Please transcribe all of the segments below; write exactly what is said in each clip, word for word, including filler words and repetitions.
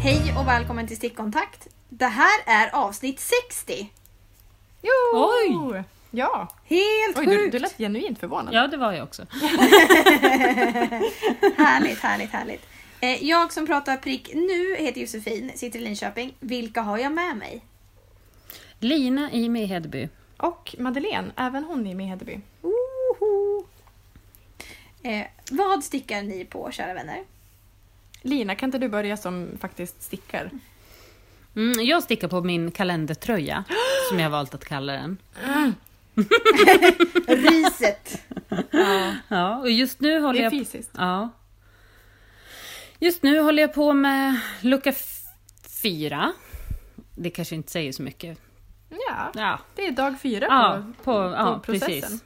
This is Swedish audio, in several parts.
Hej och välkommen till Stickkontakt. Det här är avsnitt sextio. Jo! Oj! Ja. Helt Oj, sjukt. du, du lät genuint förvånad. Ja, det var jag också. Härligt, härligt, härligt. Eh, Jag som pratar prick nu heter Josefin, sitter i Linköping. Vilka har jag med mig? Lina i med Hedeby. Och Madeleine, även hon är med i Hedeby. Oho. Eh, vad stickar ni på, kära vänner? Lina, kan inte du börja som faktiskt stickar? Mm, jag stickar på min kalendertröja, som jag har valt att kalla den. Mm. Riset. Ja, Ja, och just nu håller det är jag... fysiskt. Ja. Just nu håller jag på med lucka f- fyra. Det kanske inte säger så mycket. Ja, Ja, det är dag fyra ja, på, på, ja på processen. precis.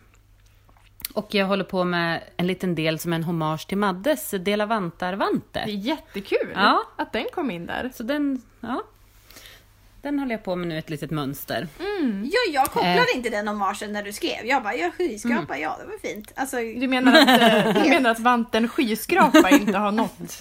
Och jag håller på med en liten del som en hommage till Maddes Dela Vantar-vante. Det är jättekul Ja. att den kom in där. Så den, ja. Den håller jag på med nu, ett litet mönster. Mm. Ja, jag kopplade Eh. inte den homagen när du skrev. Jag bara, jag skyskrapa, Mm. ja det var fint. Alltså, Du menar att, eh, du menar att vanten skyskrapa inte har nått?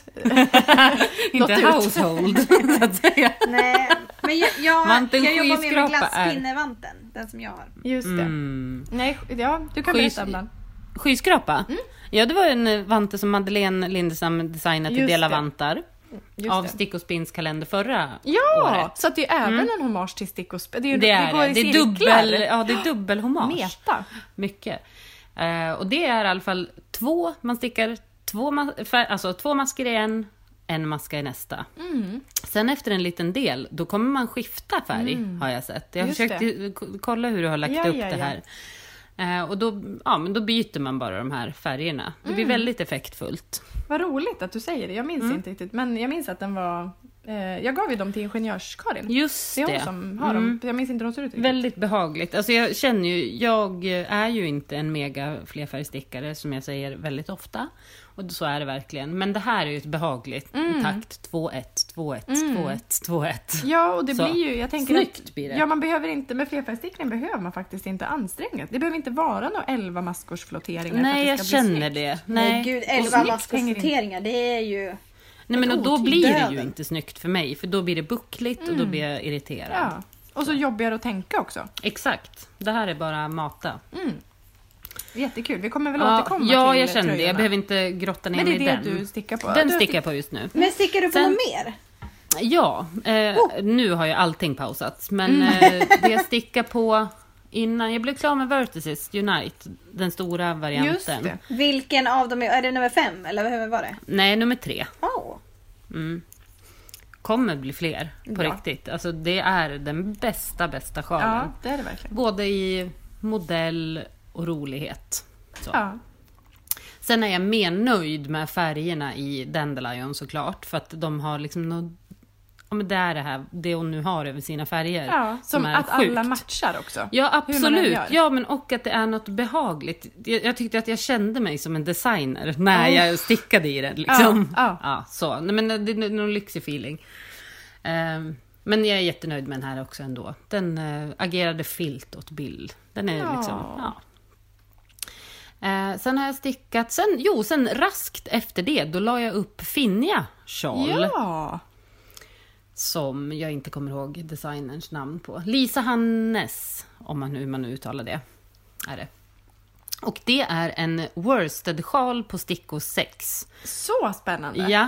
Inte ut. household, så att säga. nej. Men jag, jag, Vanten jag jobbar med, med skyskrapa är- glasspinnevanten, den som jag har. Just det. Mm. Nej, ja, du kan Skys- berätta om den. Skyskrapa? Ja, det var en vante som Madeleine Lindesam designade till Just Dela det. Vantar. Just Av det. Stick och Spins kalender förra Ja, året. så att det är även en hommage till stick och sp- det, är, Det är går det. i Det är cirklar. dubbel, ja, det är dubbel hommage. Meta. Mycket. Eh, och det är i alla fall två, man stickar två, ma- fär, alltså två masker i en, en maska i nästa. Mm. Sen efter en liten del, då kommer man skifta färg, har jag sett. Jag har Just försökt det. k- kolla hur du har lagt Ja, upp ja, det ja. här. Eh, och då, ja, men då byter man bara de här färgerna. Det blir väldigt effektfullt. Vad roligt att du säger det. Jag minns Mm. inte riktigt. Men jag minns att den var... Eh, jag gav ju dem till ingenjörs-Karin. Just Det är hon det. som har Mm. dem. Jag minns inte hur de ser ut riktigt. Väldigt behagligt. Alltså jag känner ju, jag är ju inte en mega flerfärgstickare som jag säger väldigt ofta. Och så är det verkligen. Men det här är ju ett behagligt Mm. takt. två ett, två ett, två ett, två ett. Ja, och det Så. blir ju... Jag tänker Snyggt att, blir det. Ja, man behöver inte... Med flerfärgstickning behöver man faktiskt inte anstränga. Det behöver inte vara några elva maskors flotteringar Nej, för att jag det ska känner bli snyggt. det. Nej, Nej, gud, Och elva snyggt maskorsorteringar, det är ju... Nej men och då Ett blir det ju döden. inte snyggt för mig. För då blir det buckligt och då blir jag irriterad. Ja. Och så jobbigare att tänka också. Exakt. Det här är bara mata. Mm. Jättekul. Vi kommer väl Ja, återkomma ja till jag känner det. tröjorna. Jag behöver inte grotta ner Men det mig är i det den. du stickar på? Den Du stickar jag på just nu. Men stickar du på Sen- något mer? Ja, eh, Oh. nu har ju allting pausats. Men Mm. eh, det jag stickar på innan jag blev klar med Vertices Unite, den stora varianten. Just det. Vilken av dem är, är det nummer fem eller hur var det? Nej, nummer tre. Oh. Mm. Kommer bli fler, på Ja. riktigt. Alltså det är den bästa, bästa sjalen. Ja, det är det verkligen. Både i modell och rolighet. Så. Ja. Sen är jag mer nöjd med färgerna i Dandelion såklart. För att de har liksom något... Ja, men det är det här, det hon nu har över sina färger. Ja, som är att sjukt. alla matchar också. Ja, Hur man än absolut. gör. Ja, men och att det är något behagligt. Jag, jag tyckte att jag kände mig som en designer när Oh. jag stickade i den. Liksom. Ja, Ja, så. Nej, men det är någon lyxig feeling. Ehm, men jag är jättenöjd med den här också ändå. Den äh, agerade filt åt bild. Den är Ja. liksom... Ja. Eh, sen har jag stickat... Sen, jo, sen raskt efter det, då la jag upp Finja Shawl. Ja. Som jag inte kommer ihåg designerns namn på. Lisa Hannes, om man nu, man nu uttalar det. Är det. Och det är en worsted-sjal på stickor sex. Så spännande. Ja.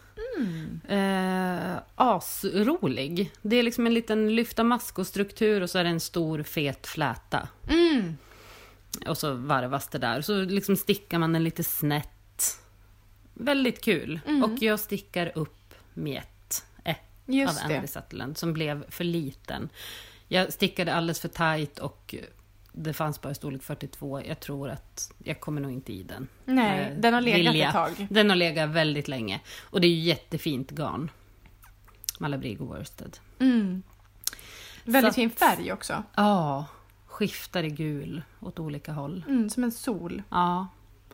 Eh, asrolig. Det är liksom en liten lyfta maskostruktur och så är det en stor fet fläta. Mm. Och så varvas det där. Så liksom stickar man den lite snett. Väldigt kul. Mm. Och jag stickar upp Miet eh, Just av det. Andy Sutherland som blev för liten. Jag stickade alldeles för tajt och det fanns bara i storlek fyrtiotvå. Jag tror att jag kommer nog inte i den. Nej, Eh, den har legat vilja. ett tag. Den har legat väldigt länge. Och det är ju jättefint garn. Malabrigo worsted. Mm. Väldigt Så- fin färg också. Ja, skiftar i gul åt olika håll. Mm, som en sol. Ja.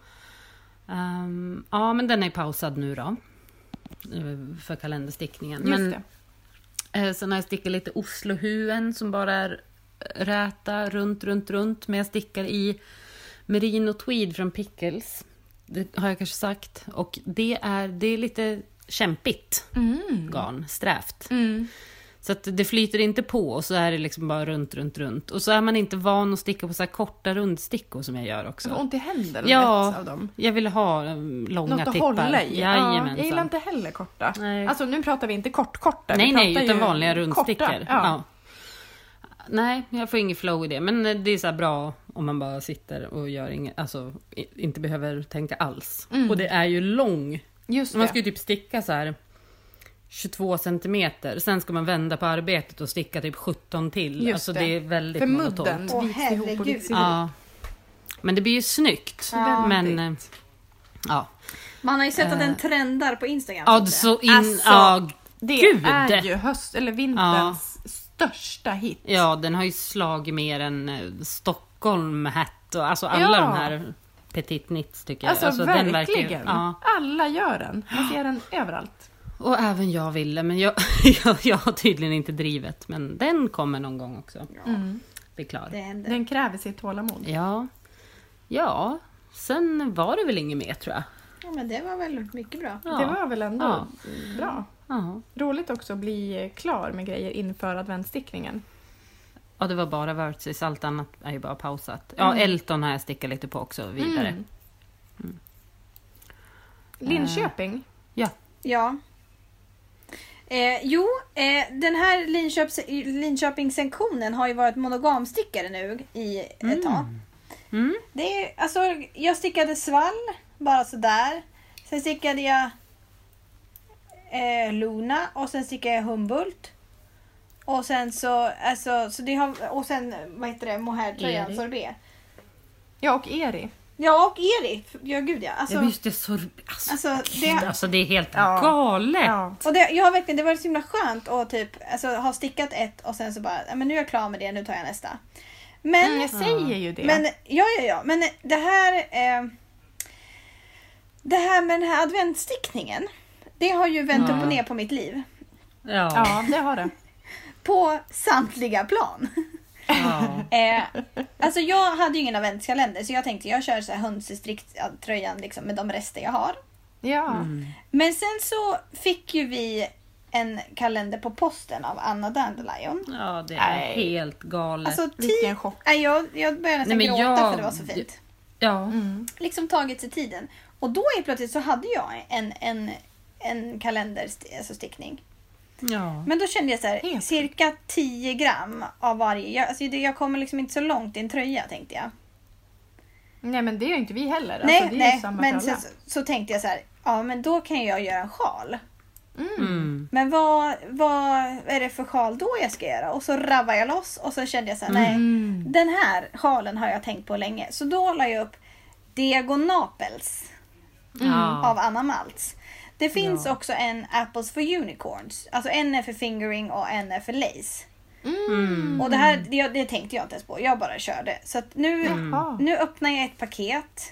Ehm, ja, men den är pausad nu då. Eh, För kalenderstickningen. Just men, det. Eh, sen har jag stickat lite Oslohuen som bara är räta runt, runt, runt. Men jag stickar i merino tweed från Pickles. Det har jag kanske sagt. Och det är, det är lite kämpigt Mm. garn, strävt. Mm. Så att det flyter inte på och så är det liksom bara runt, runt, runt. Och så är man inte van att sticka på så här korta rundstickor som jag gör också. Jag får ont i händerna Ja, av dem. jag vill ha um, långa Något att tippar. hålla i. Ja, Jajamensan. jag gillar inte heller korta. Nej. Alltså nu pratar vi inte kort-korta. Nej, vi nej, pratar utan ju vanliga rundstickor. korta. Ja. Ja. Nej, jag får ingen flow i det. Men det är så här bra om man bara sitter och gör inget, alltså i- inte behöver tänka alls. Mm. Och det är ju lång. Just Man det. ska ju typ sticka så här tjugotvå centimeter. Sen ska man vända på arbetet och sticka typ sjutton till. Just alltså det. det är väldigt För monotont. mudden Åh, viks ihop och herregud. viks ihop. Ja. Men det blir ju snyggt. Ja. Men eh, ja. Man har ju sett att Eh. den trendar på Instagram. Ja, så att så säga. in, Alltså, ja, Det Gud. är ju höst eller vinterns största hit. ja, den har ju slagit mer än eh, Stockholm hat och alltså alla Ja. de här petit knits tycker jag. Alltså, den verkligen. verkar, ja. Alla gör den. Man ser den överallt. Och även jag ville, men jag, jag, jag har tydligen inte drivet. Men den kommer någon gång också. Mm. Bli klar. det händer. Den kräver sitt tålamod. Ja. Ja, sen var det väl inget mer tror jag. Ja, men det var väl mycket bra. Ja. Det var väl ändå Ja. bra. Ja. Roligt också att bli klar med grejer inför adventsstickningen. Ja, det var bara Vertis, allt annat är ju bara pausat. Ja, Mm. Elton har jag stickat lite på också vidare. Mm. Linköping. Ja. Ja. Eh, jo, eh, den här Linköps, Linköping-sektionen har ju varit monogamstickare nu i ett tag. Mm. Det är, alltså, jag stickade svall, bara sådär. Sen stickade jag eh, Luna och sen stickade jag Humboldt. Och sen så, alltså, så det har, och sen, vad heter det, mohairtröjan, Eri. sorbet. Ja, och Eri. Ja, och Eri. Ja, gud ja. Alltså, Ja, just det, så, alltså, alltså, det, det, alltså det är helt Ja. galet. Ja. och det, jag har verkligen, det var så himla skönt att typ, alltså, ha stickat ett och sen så bara, ja, men nu är jag klar med det, nu tar jag nästa. Men, Mm, jag säger ju det. men ja, ja, ja, men det här, eh, det här med den här adventsstickningen, det har ju vänt Ja. upp och ner på mitt liv. Ja. Ja, det har det. På samtliga plan. Ja. Eh, alltså jag hade ju ingen adventskalender så jag tänkte jag kör så här hönsestrick-tröjan liksom, med de rester jag har. Ja. Mm. Men sen så fick ju vi en kalender på posten av Anna Dandelion. ja, det är Nej. helt galet. Alltså, Vilken ti- chock. Nej, jag, jag började nästan Nej, men gråta jag- för det var så fint. ja. Mm. Liksom tagit sig tiden. Och då är plötsligt så hade jag en, en, en kalenderstickning. Alltså stickning. ja. Men då kände jag så här, Helt cirka tio gram av varje. Jag, alltså, det- jag kommer liksom inte så långt i en tröja tänkte jag. Nej, men det gör inte vi heller. nej, alltså, det är ju nej. samma Men för så, alla. så tänkte jag så här, ja men då kan jag göra en sjal. Mm. Mm. Men vad, vad är det för sjal då jag ska göra? Och så rabbar jag loss och så kände jag så här, nej. Mm. Den här sjalen har jag tänkt på länge. Så då la jag upp Diagonapels Ja. av Anna Maltz. Det finns Ja. också en Apples for Unicorns. Alltså en är för fingering och en är för lace. Mm. Och det här det, det tänkte jag inte ens på. Jag bara körde. Så att nu, Jaha. nu öppnar jag ett paket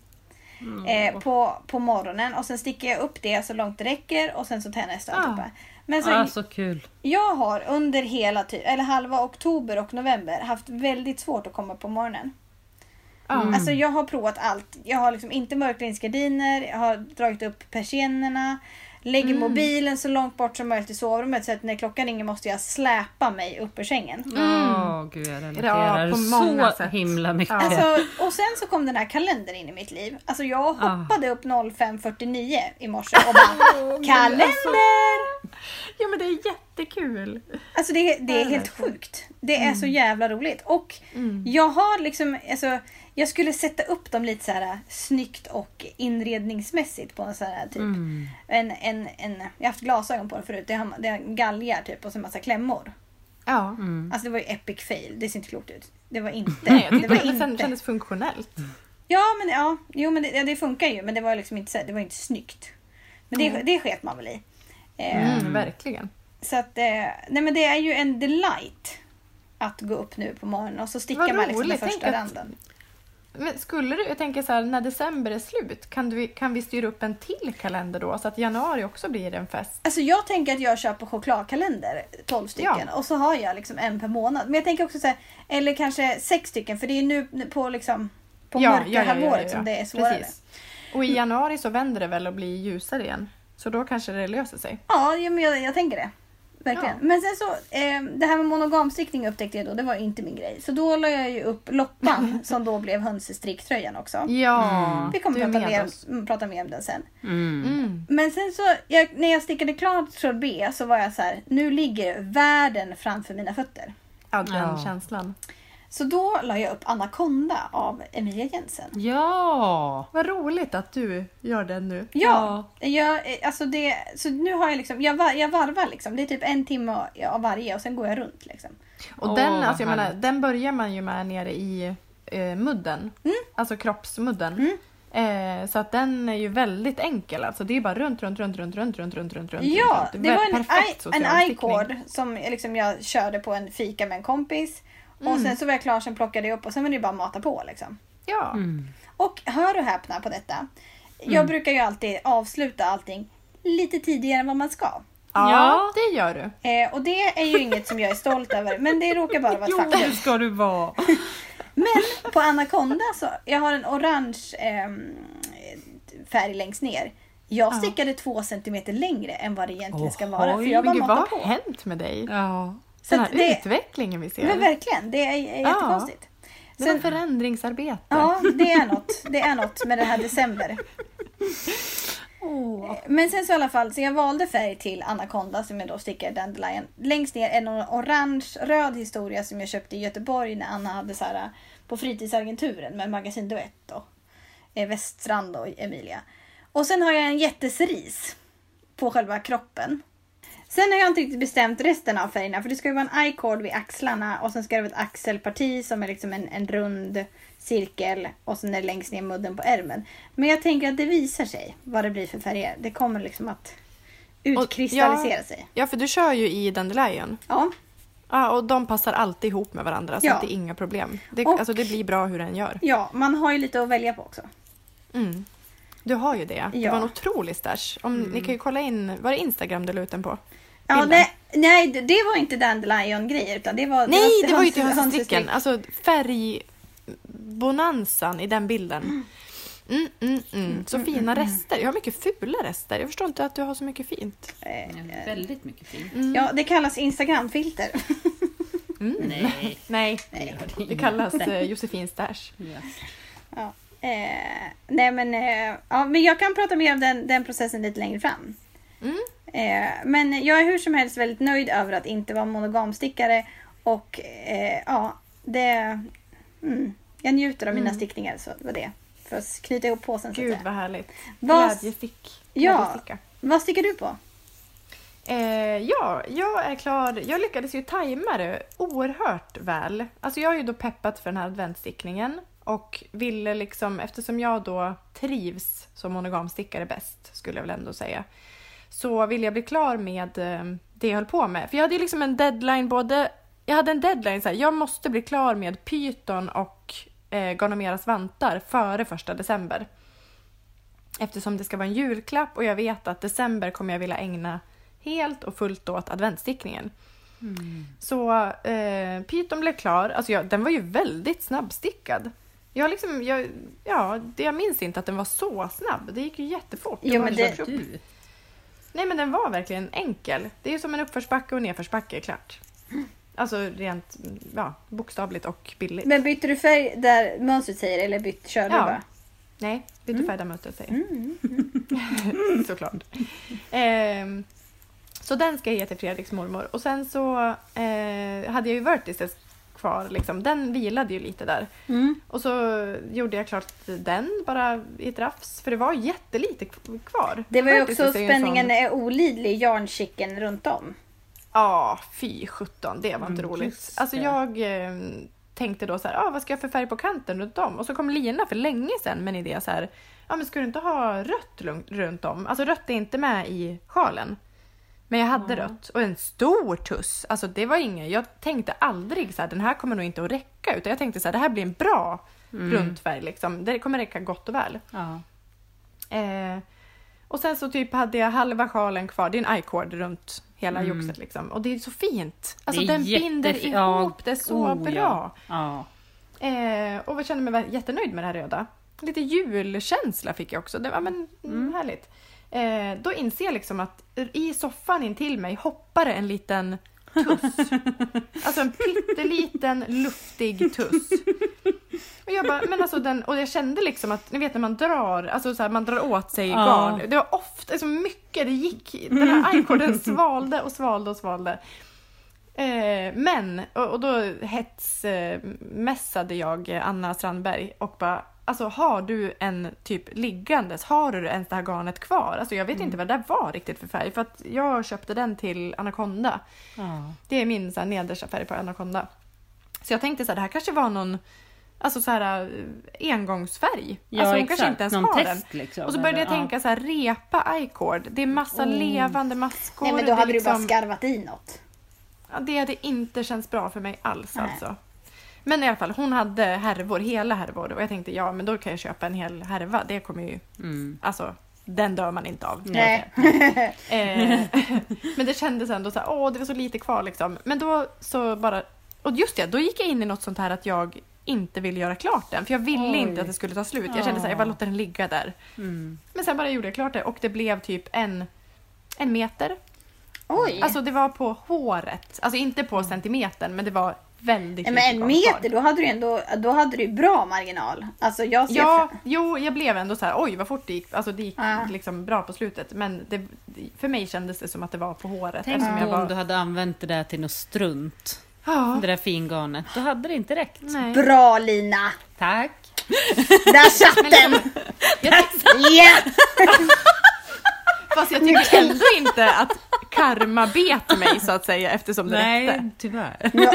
eh, på, på morgonen. Och sen sticker jag upp det så långt det räcker. Och sen så tar jag nästa. Ah. alltihopa. Men så, Ja, så kul. jag har under hela ty- eller halva oktober och november haft väldigt svårt att komma på morgonen. Ja. Mm. Alltså jag har provat allt. Jag har liksom inte mörklinsgardiner, jag har dragit upp persiennerna, lägger Mm. mobilen så långt bort som möjligt i sovrummet så att när klockan ringer måste jag släpa mig upp ur sängen. Ja, gud jag relaterar Ja, på många så sätt. himla mycket. Ja. Alltså, och sen så kom den här kalendern in i mitt liv. Alltså jag Ah. hoppade upp fem fyrtionio i morse och bara kalender! Ja, men det är jättekul. Alltså det, det är Ja, helt verkligen. sjukt. Det är så jävla roligt. Och Mm. jag har liksom, alltså, jag skulle sätta upp dem lite så här snyggt och inredningsmässigt på en sån här typ. Mm. En, en, en, jag har haft glasögon på det förut. Det har, det har galgar typ och så en massa klämmor. Ja. Mm. Alltså det var ju epic fail. Det ser inte klokt ut. Det var inte. Nej, jag det tyckte var det sen inte. kändes funktionellt. Ja men ja, jo men det, ja, det funkar ju. Men det var liksom inte så här, det var inte snyggt. Men det, Mm. det sket man väl i. Eh, Mm, verkligen. Så att, eh, nej men det är ju en delight att gå upp nu på morgonen och så stickar Vad man liksom den roligt. första Tänk att- randen. Men skulle du, jag tänker så här, när december är slut, kan, du, kan vi styra upp en till kalender då? Så att januari också blir en fest? Alltså jag tänker att jag köper chokladkalender, tolv stycken, Ja. och så har jag liksom en per månad. Men jag tänker också så här, eller kanske sex stycken, för det är nu på liksom på Ja, mörka ja, ja, ja, halvåret ja, ja. som det är svårare. Precis. Och i januari så vänder det väl och blir ljusare igen? Så då kanske det löser sig. Ja, ja, men jag, jag tänker det. Verkligen. Ja. Men sen så, eh, det här med monogamstickning upptäckte jag då, det var inte min grej. Så då la jag ju upp loppan som då blev hönsestricktröjan också. Ja, Vi kommer du är prata med mer, oss. mm, prata mer om den sen. Mm. Mm. Men sen så, jag, när jag stickade klart tråd B så var jag så här, nu ligger världen framför mina fötter. Ja, den Ja. känslan. Så då la jag upp Anaconda av Emilia Jensen. Ja! Vad roligt att du gör den nu. Ja, jag, eh, alltså det, så nu har jag liksom, jag, var, jag varvar liksom. Det är typ en timme av varje och sen går jag runt liksom. Och Åh, den, vad alltså jag menar, härligt. den börjar man ju med nere i eh, mudden. Mm. Alltså kroppsmudden. Eh, så att den är ju väldigt enkel. Alltså det är bara runt, runt, runt, runt, runt, runt, runt, runt, runt. Ja, runt. det var en, perfekt I, social en stickning. I-cord som liksom jag körde på en fika med en kompis. Och Mm. sen så var jag klar, sen plockade jag upp och sen var det bara att mata på liksom. Ja. Mm. Och hör och häpna på detta. Jag Mm. brukar ju alltid avsluta allting lite tidigare än vad man ska. Ja, Ja. det gör du. Eh, och det är ju inget som jag är stolt över, men det råkar bara vara ett Jo, faktum. det ska du vara. Men på Anaconda så, jag har en orange eh, färg längst ner. Jag Ja. stickade två centimeter längre än vad det egentligen ska vara. För Ohoj, jag Men bara gud, vad matar har på. hänt med dig? Ja. Så Den att här det, utvecklingen vi ser. men verkligen, det är, är Ja. jättekonstigt. Det var Sen, förändringsarbete. ja, det är något. Det är något med det här december. Åh. Men sen så i alla fall, så jag valde färg till Anaconda som jag då stickade Dandelion. Längst ner en orange-röd historia som jag köpte i Göteborg när Anna hade så här på fritidsagenturen med Magasin Duett och eh, Väststrand och Emilia. Och sen har jag en jättesris på själva kroppen. Sen har jag inte riktigt bestämt resten av färgerna, för det ska ju vara en I-cord vid axlarna och sen ska det vara ett axelparti som är liksom en, en rund cirkel och sen är det längst ner mudden på ärmen. Men jag tänker att det visar sig vad det blir för färger. Det kommer liksom att utkristallisera ja. sig. Ja, för du kör ju i Dandelion. Ja, Ja, och de passar alltid ihop med varandra så Ja. att det är inga problem. Det, Och- alltså det blir bra hur den gör. ja, man har ju lite att välja på också. Mm. Du har ju det. Det Ja. var en otrolig stash. Om, Ni kan ju kolla in, var det Instagram du la ut den på? Ja, Bilden. det, nej, det- det var inte Dandelion-grejer utan det var... Nej, det var ju till höns- hönsestricken. Alltså färgbonanzan i den bilden. Mm, mm, mm. Så fina rester. Jag har mycket fula rester. Jag förstår inte att du har så mycket fint. Eh, Väldigt mycket fint. Mm. Ja, det kallas Instagram-filter. Mm. Nej. Nej, Nej. det kallas eh, Josefin stash. Ja. Ja. Eh, nej men, eh, ja, men jag kan prata mer om den, den processen lite längre fram. Mm. Eh, men jag är hur som helst väldigt nöjd över att inte vara monogamstickare. Och eh, ja, det... Mm, jag njuter av mina Mm. stickningar, så det var det. För att knyta ihop påsen så att Gud säga. vad härligt. Vad- Glädjestick. Ja. Glädjesticka. Vad stickar du på? Eh, ja, jag är klar. Jag lyckades ju tajma det oerhört väl. Alltså jag har ju då peppat för den här adventstickningen och ville liksom, eftersom jag då trivs som monogamstickare bäst, skulle jag väl ändå säga, så ville jag bli klar med eh, det jag höll på med. För jag hade ju liksom en deadline både, jag hade en deadline så här, jag måste bli klar med pyton och eh, Garnomeras vantar före första december. Eftersom det ska vara en julklapp och jag vet att december kommer jag vilja ägna helt och fullt åt adventstickningen. Mm. Så eh, pyton blev klar. Alltså jag, den var ju väldigt snabbstickad. Jag liksom, jag, ja, det, jag minns inte att den var så snabb. Det gick ju jättefort. Jo, var men ju det- så- Du. Nej, men den var verkligen enkel. Det är ju som en uppförsbacke och nedförsbacke, klart. Alltså rent, ja, bokstavligt och billigt. Men bytte du färg där mönstret säger eller bytte, körde Ja. du bara? Nej, bytte Mm. färg där mönstret säger. Mm. Såklart. Ehm, så den ska jag ge till Fredriks mormor. Och sen så eh, hade jag ju Vertices kvar. Liksom. Den vilade ju lite där. Mm. Och så gjorde jag klart den bara i ett rafs. För det var jättelite k- kvar. Det var ju Vertices också är ju en spänningen sån- är olidlig, yarnchicken runt om. Ja, fy sjutton. Det var inte Mm, roligt. just Alltså det. jag eh, tänkte då så här, ah, vad ska jag för färg på kanten runt om? Och så kom Lina för länge sedan med en idé så här, ja men ska du inte ha rött lugnt runt om? Alltså rött är inte med i sjalen. Men jag hade Ja. rött. Och en stor tuss. Alltså det var inget, jag tänkte aldrig så här, den här kommer nog inte att räcka. Utan jag tänkte så här, det här blir en bra Mm. runtfärg liksom. Det kommer räcka gott och väl. Ja. Eh, och sen så typ hade jag halva sjalen kvar. Det är en I-cord runt hela Mm. joxet liksom. Och det är så fint. Alltså Det är den binder jättefint. ihop Ja. det så Oh, bra. Ja. Eh, och jag kände mig jättenöjd med det här röda. Lite julkänsla fick jag också. Det var men, mm. härligt. Eh, då inser jag liksom att i soffan in till mig hoppar en liten tuss. Alltså en pytteliten luftig tuss. Och jag bara, men alltså den, och jag kände liksom att, ni vet när man drar, alltså så här, man drar åt sig Ja. garn. Det var ofta, så mycket det gick, den här i-corden svalde och svalde och svalde. Eh, men, och, och då hetsmässade eh, jag Anna Strandberg och bara, alltså har du en typ liggandes, har du ens det här garnet kvar? Alltså jag vet mm. inte vad det där var riktigt för färg, för att jag köpte den till Anaconda. Ja. Det är min så här, nedersta färg på Anaconda. Så jag tänkte så här, det här kanske var någon, alltså så här engångsfärg. Ja, alltså hon exakt. kanske inte ens någon har test, den. Liksom, Och så började eller, jag tänka så här, repa i-cord. Det är massa Oh. levande maskor. Nej, men då det är hade liksom, du bara skarvat i något. ja, det hade inte känts bra för mig alls Nej. alltså. Men i alla fall, hon hade härvor, hela härvor. Och jag tänkte, ja men då kan jag köpa en hel härva. Det kommer ju, Mm. alltså, den dör man inte av. Nej. Eh, men det kändes ändå så här, åh det var så lite kvar liksom. Men då så bara, och just det, då gick jag in i något sånt här att jag inte ville göra klart den. För jag ville Oj. inte att det skulle ta slut. Jag kände så här, jag bara låter den ligga där. Mm. Men sen bara gjorde jag klart det och det blev typ en, en meter. Oj. Alltså det var på håret. Alltså inte på centimetern, men det var väldigt Nej, lite men en garn meter, kvar. då hade du ändå då hade du bra marginal. Alltså jag ser Ja, för... jo, jag blev ändå så här, oj vad fort det gick. Alltså det gick Ja. liksom bra på slutet. Men det, för mig kändes det som att det var på håret. Tänk eftersom om jag var... du hade använt det där till något strunt. Ja, Det där fingarnet. Då hade det inte räckt. nej. Bra Lina! Tack. Där satt den! Jag tyck- Ja! Fast jag tycker ändå inte att karma bet mig så att säga eftersom det räckte. Nej, tyvärr. Ja.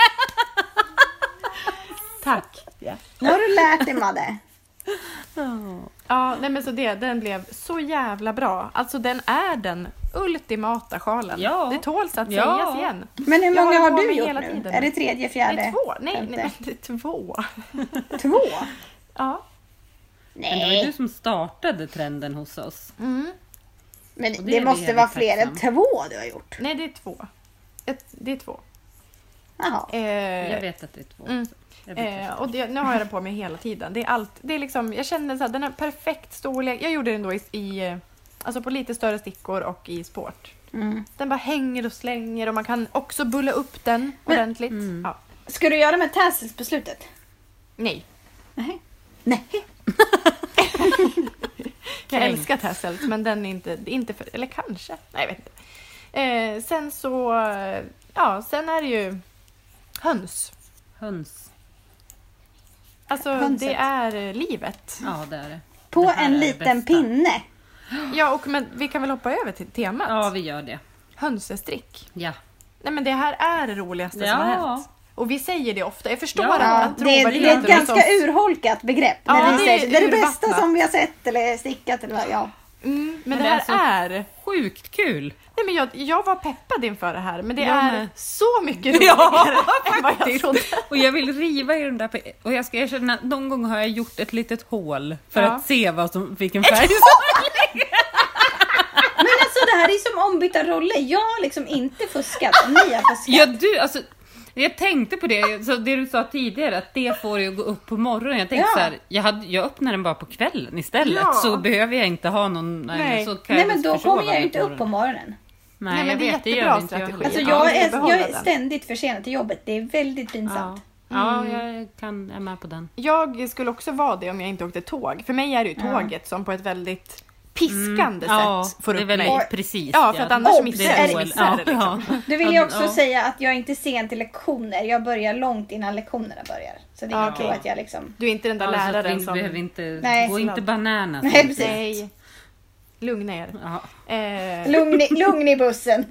Tack. Nu har du lärt dig, Madde. Ja, nej men så det, den blev så jävla bra. Alltså den är den ultimata sjalen. Ja. Det tåls att Ja. sägas igen. Men hur Jag många håller har på du med gjort hela nu? tiden. Är det tredje, Det fjärde? är två. Nej, femte? nej, men det är två. Två? Ja. Men det var ju du Nej, som startade trenden hos oss. Mm. men Och det det är vi måste väldigt vara fler än tacksamma. två du har gjort. Nej, det är två. Ett, det är två. Jaha. Eh, Jag vet att det är två. Mm. också. Jag vet Eh, att och det, nu har jag den på mig hela tiden. Det är allt. Det är liksom, jag känner så här, den är perfekt storlek. Jag gjorde den då i, i eh, alltså på lite större stickor och i sport. Mm. Den bara hänger och slänger och man kan också bulla upp den ordentligt. Mm. Ja. Ska du göra med tassels på slutet? Nej, Nej. Nej. jag älskar tassels men den är inte, inte för, eller kanske, nej jag vet inte. Eh, sen så, eh, ja sen är det ju höns. höns. Alltså Hönset. det är eh, livet. Ja, det är det. På Det här är en det liten bästa. pinne. Ja och men vi kan väl hoppa över till temat. Ja, vi gör det. Hönsestrick. Ja. Nej men det här är det roligaste som har Ja. hänt. Och vi säger det ofta. Jag förstår Ja, att, Ja, att det, är, det är ett trovärdigheten ganska hos oss- urholkat begrepp. Ja, när vi det säger, är det är det bästa urvattnat. som vi har sett eller stickat. Eller vad, ja. Mm, men, Men det det här är är... så- Sjukt kul. Nej, men jag, jag var peppad inför det här. Men det Jag är med. så mycket roligare Ja, än vad jag faktiskt. trodde. Och jag vill riva i den där. pe- Och jag ska erkänna att någon gång har jag gjort ett litet hål för Ja. att se vad som, vilken färg som... Men alltså det här är som ombytta roller. Jag har liksom inte fuskat. Ni har fuskat. Ja, du, alltså... Jag tänkte på det, så det du sa tidigare, att det får ju gå upp på morgonen. Jag tänkte Ja. så här, jag, hade, jag öppnar den bara på kvällen istället. Ja. Så behöver jag inte ha någon... Nej. Så kan Nej jag men då försova kommer jag ju inte på upp på morgonen. morgonen. Nej, Nej, men jag det är vet, det jättebra gör inte jag strategi. heller. Alltså Ja, jag, vi är, behåller jag är den. ständigt försenad till jobbet. Det är väldigt Ja, pinsamt. ja jag kan, är med på den. Jag skulle också vara det om jag inte åkte tåg. För mig är det ju Ja. tåget som på ett väldigt piskande Ja, sätt får det är upp väldigt mig. precis. Ja, för att annars Obs! missar Är jag det- missar det liksom. Du vill jag Ja, också ja. säga att jag är inte sen till lektioner. Jag börjar långt innan lektionerna börjar. Så det är Ja, inte så okej. att jag liksom... Du är inte den där Ja, så att läraren vi som... behöver inte... Nej. Gå inte bananas. Nej, precis. Nej. Lugna er. Ja. Eh, Lugn i, lugn i bussen.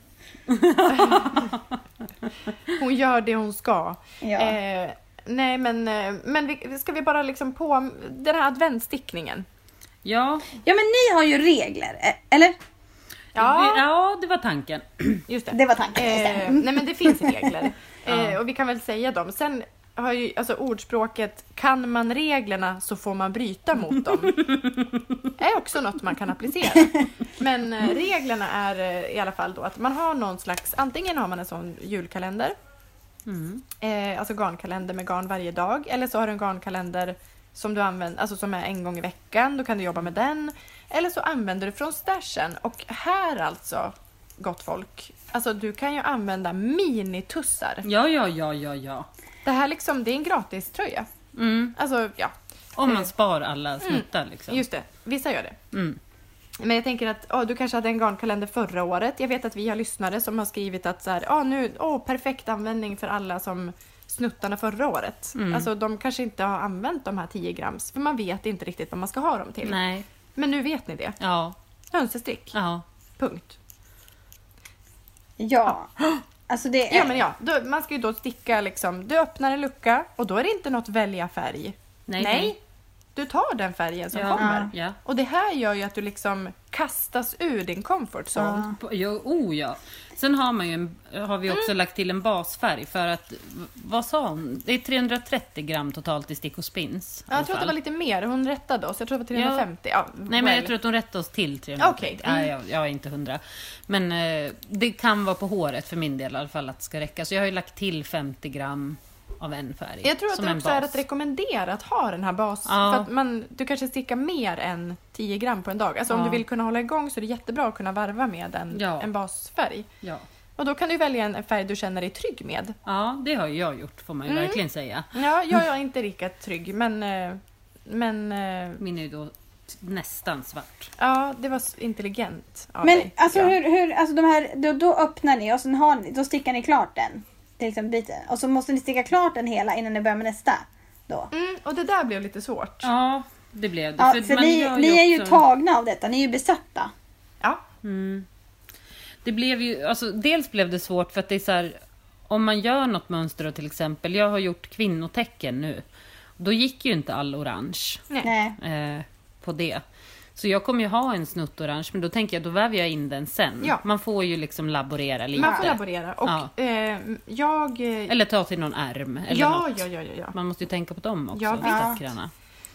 hon gör det hon ska. Ja. Eh, nej men, eh, men vi, ska vi bara liksom på den här adventsstickningen. Ja. Ja men ni har ju regler. eh, Eller? Ja, ja, det var tanken. just det. Det var tanken. just det. Eh, Mm. nej men det finns regler. Ja. Eh, och vi kan väl säga dem. Sen har ju alltså ordspråket, kan man reglerna så får man bryta mot dem. är också något man kan applicera. Men eh, reglerna är eh, i alla fall då att man har någon slags, antingen har man en sån julkalender, Mm. eh, alltså garnkalender med garn varje dag, eller så har du en garnkalender som du använder, alltså som är en gång i veckan. Då kan du jobba med den. Eller så använder du från stashen. Och här alltså, gott folk, alltså du kan ju använda minitussar. Ja, ja, ja, ja, ja. Det här liksom, det är en gratis tröja. Mm. Alltså, ja. Om man spar alla snuttar Mm, liksom. just det, vissa gör det. Mm. Men jag tänker att oh, du kanske hade en garnkalender förra året. Jag vet att vi har lyssnare som har skrivit att så här, oh, nu, oh, perfekt användning för alla som snuttarna förra året. Mm. Alltså de kanske inte har använt de här tio grams. För man vet inte riktigt vad man ska ha dem till. Nej. Men nu vet ni det. Ja. Hönsestrick. Ja. Punkt. Ja. Alltså det är... Ja men ja, då, man ska ju då sticka liksom. Du öppnar en lucka och då är det inte något välja färg. Nej. Nej. Du tar den färgen som Ja. kommer. Ja. Och det här gör ju att du liksom kastas ur din comfort zone. Ja. Jo, oh ja. Sen har, man ju en, har vi också lagt till en basfärg för att, vad sa hon? Det är trehundratrettio gram totalt i stick och spins. Ja, jag tror att det var lite mer. Hon rättade oss. Jag tror att det var trehundrafemtio. Ja. Nej, men well. jag tror att hon rättade oss till trehundratrettio. Okej. Mm. Nej, jag, jag är inte hundra. Men eh, det kan vara på håret för min del i alla fall att det ska räcka. Så jag har ju lagt till femtio gram av en färg. Jag tror att som det en också bas. är att rekommendera att ha den här bas. Ja. För att man, du kanske stickar mer än tio gram på en dag. Alltså om Ja. du vill kunna hålla igång så är det jättebra att kunna varva med en, Ja. en basfärg. Ja. Och då kan du välja en färg du känner dig trygg med. ja, det har ju jag gjort får man ju Mm. verkligen säga. Ja, jag är inte lika trygg, men, eh, men eh, Min är ju då t- nästan svart. ja, det var s- intelligent av Men dig, tycker alltså jag. hur, hur alltså de här, då, då öppnar ni och sen har ni, då stickar ni klart den. Till exempel biten. Och så måste ni sticka klart den hela innan ni börjar med nästa. Då. Mm, och det där blev lite svårt. Ja, det blev det. Ja, För för man ni, gör ni är ju också- tagna av detta, ni är ju besatta. Ja. Mm. Det blev ju, alltså dels blev det svårt för att det är så här, om man gör något mönster då, till exempel, jag har gjort kvinnotecken nu. Då gick ju inte all orange Nej. Nej. eh, på det. Så jag kommer ju ha en snutt orange, men då tänker jag, då väver jag in den sen. Ja. Man får ju liksom laborera lite. Man får laborera. Och Ja. eh, jag... eh, Eller ta till någon ärm eller ja, något. ja, ja, ja, ja. Man måste ju tänka på dem också, Ja, visst. stackarna.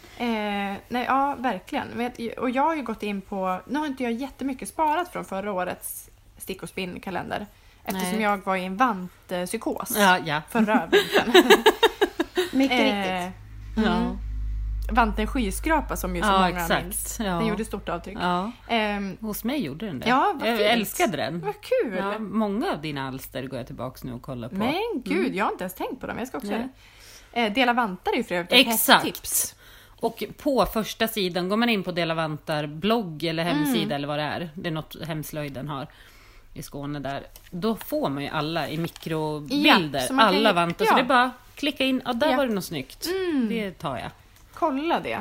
Eh, nej, ja, verkligen. Men, och jag har ju gått in på... Nu har inte jag jättemycket sparat från förra årets stick- och spinnkalender. Eftersom Nej. jag var i en vantpsykos Ja, ja. förra vintern. Mycket eh, riktigt. Ja. mm. Vanten skyskrapa som ju så Ja, många exakt. minns. Ja. Den gjorde stort avtryck. Ja. Ehm, Hos mig gjorde den det. Ja, vad jag fint. älskade den. vad kul! Ja, många av dina alster går jag tillbaka nu och kollar på. Men gud, jag har inte ens tänkt på dem. Jag ska också göra det. Eh, Dela vantar är ju för övrigt ett Exakt. hästtips. Och på första sidan, går man in på Dela Vantar blogg eller hemsida Mm. eller vad det är, det är något Hemslöjden har i Skåne där, då får man ju alla i mikrobilder, Ja, så man kan alla ju- vantar, ja. så det är bara klicka in, ja där Ja. var det något snyggt, Mm. det tar jag. Kolla det.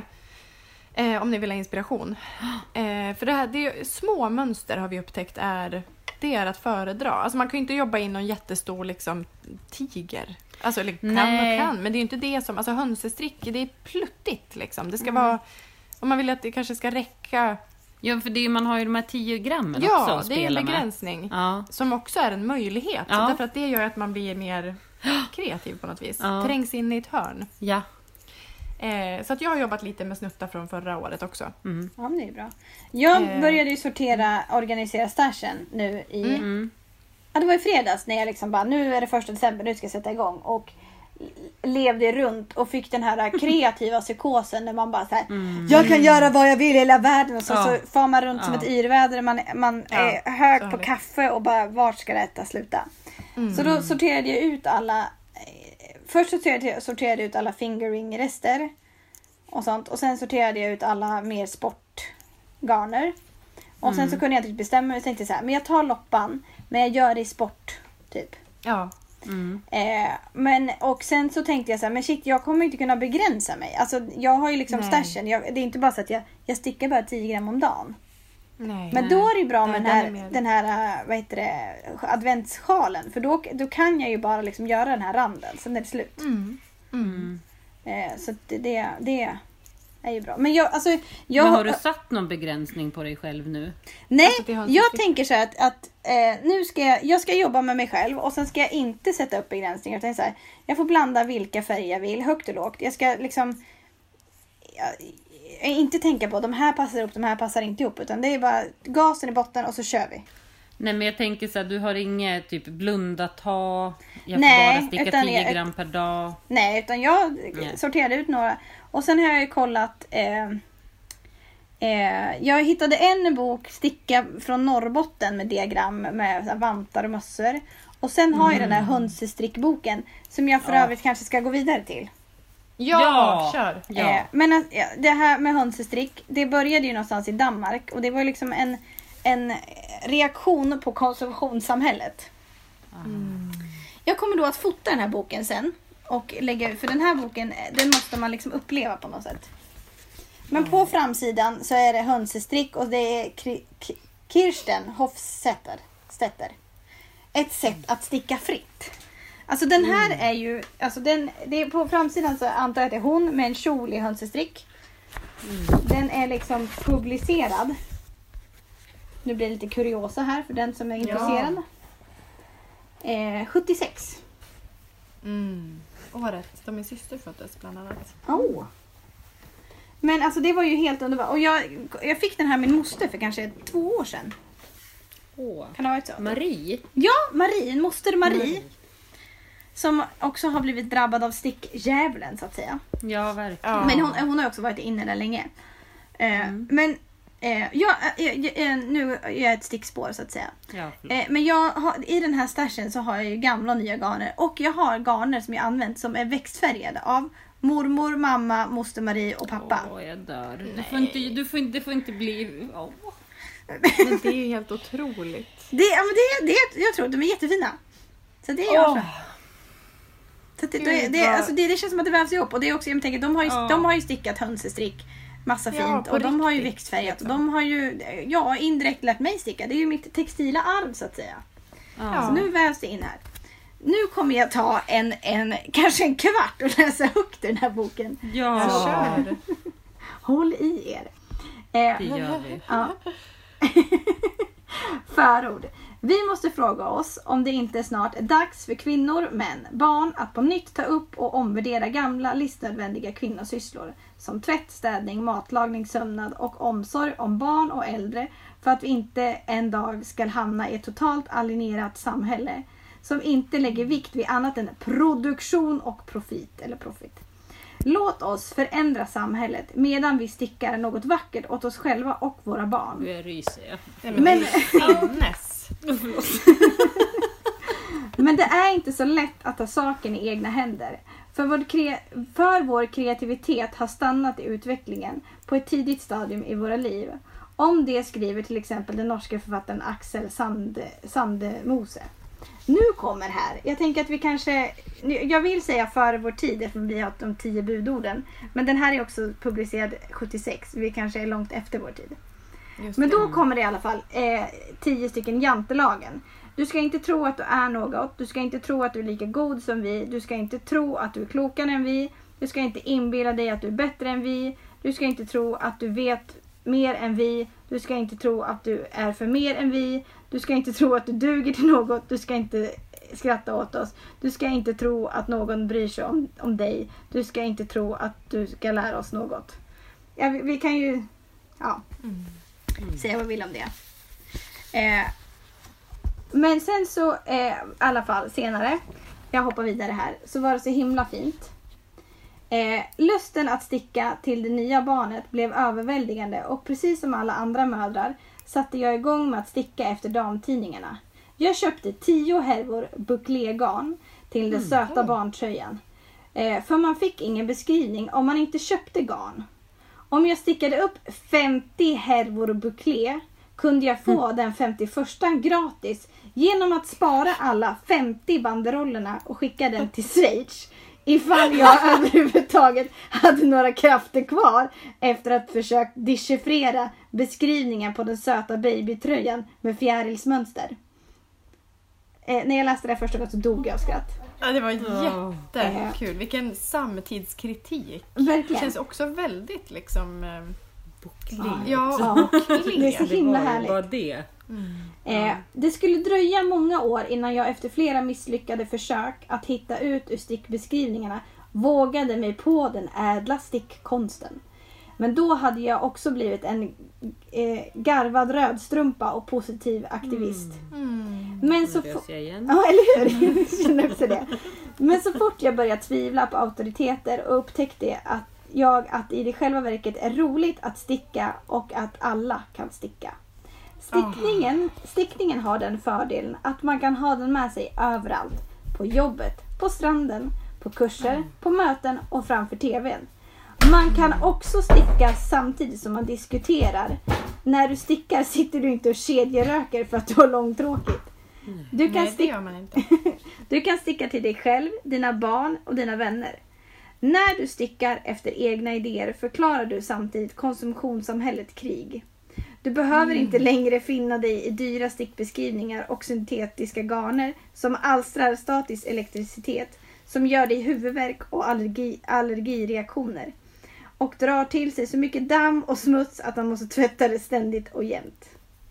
Eh, om ni vill ha inspiration. Eh, för det här, det är, små mönster har vi upptäckt är, det är att föredra. Alltså man kan ju inte jobba in någon jättestor liksom, tiger. Alltså eller kan Nej. och kan, men det är ju inte det som, alltså hönsestrick, det är pluttigt liksom. Det ska vara, om man vill att det kanske ska räcka. Ja, för det är, man har ju de här tio grammen också Ja, att det är en spela med. begränsning. Ja. Som också är en möjlighet. Ja. Därför att det gör att man blir mer kreativ på något vis. Ja. Trängs in i ett hörn. Ja. Eh, så att jag har jobbat lite med snuttar från förra året också. Mm. Ja, men det är bra. Jag Eh. började ju sortera, organisera stashen nu i... Mm. Ja, det var i fredags när jag liksom bara, nu är det första december, nu ska jag sätta igång. Och levde runt och fick den här kreativa psykosen när man bara så här, Mm. jag kan göra vad jag vill i hela världen. Och så, Ja. så far man runt som Ja. ett yrväder, man, man Ja, är hög så på härligt. kaffe och bara, vart ska detta sluta? Mm. Så då sorterade jag ut alla, eh, först sorterade jag, sorterade jag ut alla fingering-rester och sånt. Och sen sorterade jag ut alla mer sportgarner. Och sen så kunde jag inte bestämma mig, så tänkte jag så här, men jag tar loppan, men jag gör det i sport, typ. Ja. Mm. Eh, men, och sen så tänkte jag så här, men shit, jag kommer inte kunna begränsa mig. Alltså, jag har ju liksom Nej. stashen. Jag, det är inte bara så att jag, jag stickar bara tio gram om dagen. Nej. Men då är det ju bra med Nej, den här, den är mer- den här äh, vad heter det, adventssjalen. För då, då kan jag ju bara liksom göra den här randen, sen är det slut. Mm. Mm. Eh, så att det, det, det är ju bra. Men jag, alltså, jag, Men har du satt någon begränsning på dig själv nu? nej, Alltså, det har inte jag fått- tänker så här att, att eh, nu ska jag, jag ska jobba med mig själv och sen ska jag inte sätta upp begränsningar. Utan så här, jag får blanda vilka färger jag vill, högt och lågt. Jag ska liksom jag, jag inte tänka på de här passar ihop, de här passar inte ihop. Utan det är bara gasen i botten och så kör vi. Nej, men jag tänker så här, du har inget typ blunda, ta, jag får Nej, bara sticka utan tio jag- gram per dag. Nej, utan jag Nej. sorterade ut några. Och sen har jag ju kollat. Eh, eh, jag hittade en bok, Sticka från Norrbotten, med diagram med så här vantar och mössor. Och sen har jag den här hönsestrickboken som jag för Ja. övrigt kanske ska gå vidare till. Ja, Ja. kör! Ja. Eh, men att, ja, det här med hönsestrick, det började ju någonstans i Danmark. Och det var ju liksom en, en reaktion på konsumtionssamhället. Jag kommer då att fota den här boken sen. Och lägga ut, för den här boken, den måste man liksom uppleva på något sätt. Men på framsidan så är det hönsestrick och det är Kri- K- Kirsten Hofstetter. Stetter. Ett sätt att sticka fritt. Alltså den här är ju, alltså den, det är på framsidan så antar jag att det är hon med en kjol i hönsestrick. Den är liksom publicerad. Nu blir det lite kuriosa här för den som är intresserad. Eh, sjuttiosex. Mm. Året då min syster föddes bland annat. Oh. Men alltså det var ju helt underbart. Och jag, jag fick den här med min moster för kanske två år sedan. Åh. Kan det ha varit så? Marie. Ja, Marie, en moster Marie. Som också har blivit drabbad av stickdjävulen så att säga. Ja, verkligen. Ja. Men hon, hon har också varit inne där länge. Eh, Men eh, jag, jag, jag, nu är jag ett stickspår så att säga. Ja, förlåt. Eh, men jag har, i den här stashen så har jag ju gamla och nya garner. Och jag har garner som jag använt som är växtfärgade av mormor, mamma, moster Marie och pappa. Åh, jag dör. Du får inte, du får inte, det får inte bli... Åh. Men det är ju helt otroligt. Det, ja, men det, det, jag tror de är jättefina. Så det är jag tror. Så det, det, Gud, det, vad- alltså det, det känns som att det vävs ihop. Och det är också, jag tänker, de har ju, Ja. de har ju stickat hönsestrick. Massa Ja, fint. på Och de har ju riktigt, växtfärgat. Och liksom. de har ju ja, indirekt lärt mig sticka. Det är ju mitt textila arv så att säga. Ja. Så nu vävs det in här. Nu kommer jag ta en, en kanske en kvart och läsa högt i den här boken. Jag Ja, kör. Håll i er. Eh, det gör vi. Ja. Förord. Vi måste fråga oss om det inte snart är dags för kvinnor, män, barn att på nytt ta upp och omvärdera gamla livsnödvändiga kvinnosysslor som tvätt, städning, matlagning, sömnad och omsorg om barn och äldre för att vi inte en dag ska hamna i ett totalt alienerat samhälle som inte lägger vikt vid annat än produktion och profit eller profit. Låt oss förändra samhället medan vi stickar något vackert åt oss själva och våra barn. Nu är jag rysiga. Nej, men Men- sinnes. Men det är inte så lätt att ta saken i egna händer. För vår, kre- för vår kreativitet har stannat i utvecklingen på ett tidigt stadium i våra liv. Om det skriver till exempel den norska författaren Axel Sand, Sandemose. Nu kommer här. Jag tänker att vi kanske... Jag vill säga före vår tid eftersom vi har de tio budorden. Men den här är också publicerad sjuttiosex. Vi kanske är långt efter vår tid. Just Men det. då kommer det i alla fall eh, tio stycken jantelagen. Du ska inte tro att du är något. Du ska inte tro att du är lika god som vi. Du ska inte tro att du är klokare än vi. Du ska inte inbilla dig att du är bättre än vi. Du ska inte tro att du vet mer än vi. Du ska inte tro att du är för mer än vi. Du ska inte tro att du duger till något. Du ska inte skratta åt oss. Du ska inte tro att någon bryr sig om, om dig. Du ska inte tro att du ska lära oss något. Ja, vi, vi kan ju ja, säga vad vi vill om det. Eh, men sen så, eh, i alla fall senare, jag hoppar vidare här, så var det så himla fint. Eh, lusten att sticka till det nya barnet blev överväldigande och precis som alla andra mödrar satte jag igång med att sticka efter damtidningarna. Jag köpte tio härvor bouclégarn till den söta barntröjan. Eh, för man fick ingen beskrivning om man inte köpte garn. Om jag stickade upp femtio härvor bouclé kunde jag få den femtioförsta gratis genom att spara alla femtio banderollerna och skicka den till Schweiz. Ifall jag överhuvudtaget hade några krafter kvar efter att försökt dechiffrera beskrivningen på den söta babytröjan med fjärilsmönster. Eh, när jag läste det här första gången så dog jag av skratt. Ja, det var Ja. jättekul. Vilken samtidskritik. Det Verkligen. känns också väldigt liksom... eh, Bouclé. Ja, Ja, bouclé. det är så himla härligt. Vad det? Eh, det skulle dröja många år innan jag efter flera misslyckade försök att hitta ut ur stickbeskrivningarna vågade mig på den ädla stickkonsten. Men då hade jag också blivit en eh, garvad rödstrumpa och positiv aktivist. Mm. Men så Nu fo- rös jag igen. Ja, eller hur? Jag känner också det. Men så fort jag började tvivla på auktoriteter och upptäckte att jag att i det själva verket är roligt att sticka och att alla kan sticka. Stickningen, stickningen har den fördelen att man kan ha den med sig överallt. På jobbet, på stranden, på kurser, på möten och framför tvn. Man kan också sticka samtidigt som man diskuterar. När du stickar sitter du inte och kedjeröker för att du har långtråkigt. Du kan, Nej, det stick- gör man inte. du kan sticka till dig själv, dina barn och dina vänner. När du stickar efter egna idéer förklarar du samtidigt konsumtionssamhället krig. Du behöver Mm. inte längre finna dig i dyra stickbeskrivningar och syntetiska garner som alstrar statisk elektricitet som gör dig huvudvärk och allergi, allergireaktioner och drar till sig så mycket damm och smuts att man måste tvätta det ständigt och jämt.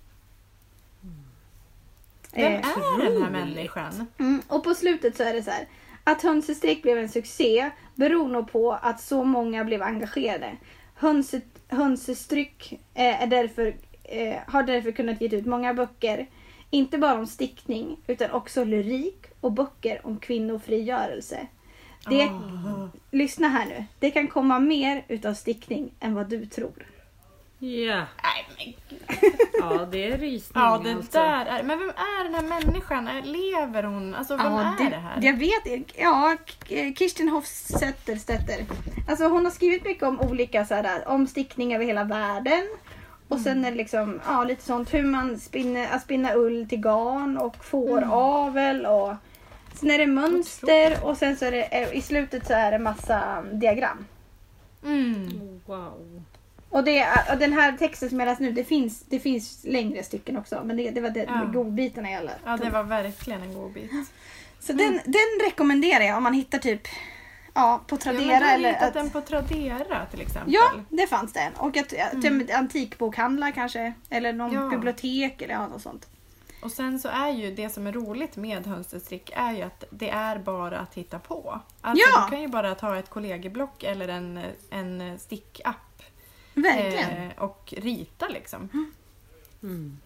Vem Eh, är den här människan? Mm, och på slutet så är det så här. Att Hönsestrick blev en succé beror nog på att så många blev engagerade. Hönse, Hönsestrick eh, är därför, eh, har därför kunnat ge ut många böcker. Inte bara om stickning utan också lyrik och böcker om kvinnofrigörelse. Det, Oh. Lyssna här nu. Det kan komma mer utav stickning än vad du tror. Ja. Nej, men Ja, det är rysning. Ja, det alltså. där är... Men vem är den här människan? Är- Lever hon? Alltså, vem är det, här? Jag vet ja, K- Kirsten Hofstetter. Alltså hon har skrivit mycket om olika så här, om stickning över hela världen. Och sen är det liksom, ja, lite sånt hur man spinner, att spinna ull till garn och fåravel och sen är det mönster och sen så är det i slutet så är det massa diagram. Mm. Wow. Och det, och den här texten som jag läste nu, det finns, det finns längre stycken också. Men det, det var det, Ja. godbitarna i alla. Ja, det var verkligen en god bit. Så den, den rekommenderar jag om man hittar typ ja, på Ja, Tradera. men du har eller hittat att, den på Tradera till exempel. ja, det fanns det. Och att, att mm. antikbokhandlar kanske. Eller någon Ja. bibliotek eller ja, något sånt. Och sen så är ju det som är roligt med Hönsestrick är ju att det är bara att hitta på. Alltså Ja. du kan ju bara ta ett kollegieblock eller en, en stickapp Verkligen. eh, och rita liksom. Mm.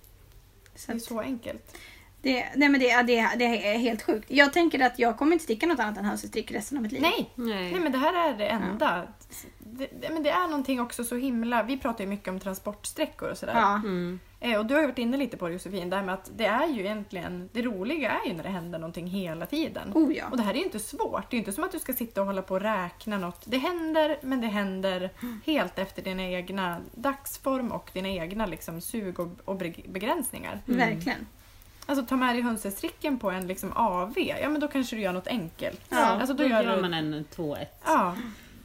Så Det är att så enkelt. det, nej men det, det, det är helt sjukt. Jag tänker att jag kommer inte sticka något annat än hönsestrick resten av mitt liv. Nej, Nej. Nej men det här är det enda. Det, det, men det är någonting också så himla... Vi pratar ju mycket om transportsträckor och sådär. Ja. Mm. Eh, och du har ju varit inne lite på det Josefin, det här med att det är ju egentligen... Det roliga är ju när det händer någonting hela tiden. Oh ja. Och det här är ju inte svårt. Det är ju inte som att du ska sitta och hålla på och räkna något. Det händer, men det händer helt efter dina egna dagsform och dina egna liksom, sug och, och begränsningar. Verkligen. Alltså ta med dig hönsestricken på en liksom A V. Ja men då kanske du gör något enkelt. Ja, alltså, då, då gör, gör du... man en två ett. Ja.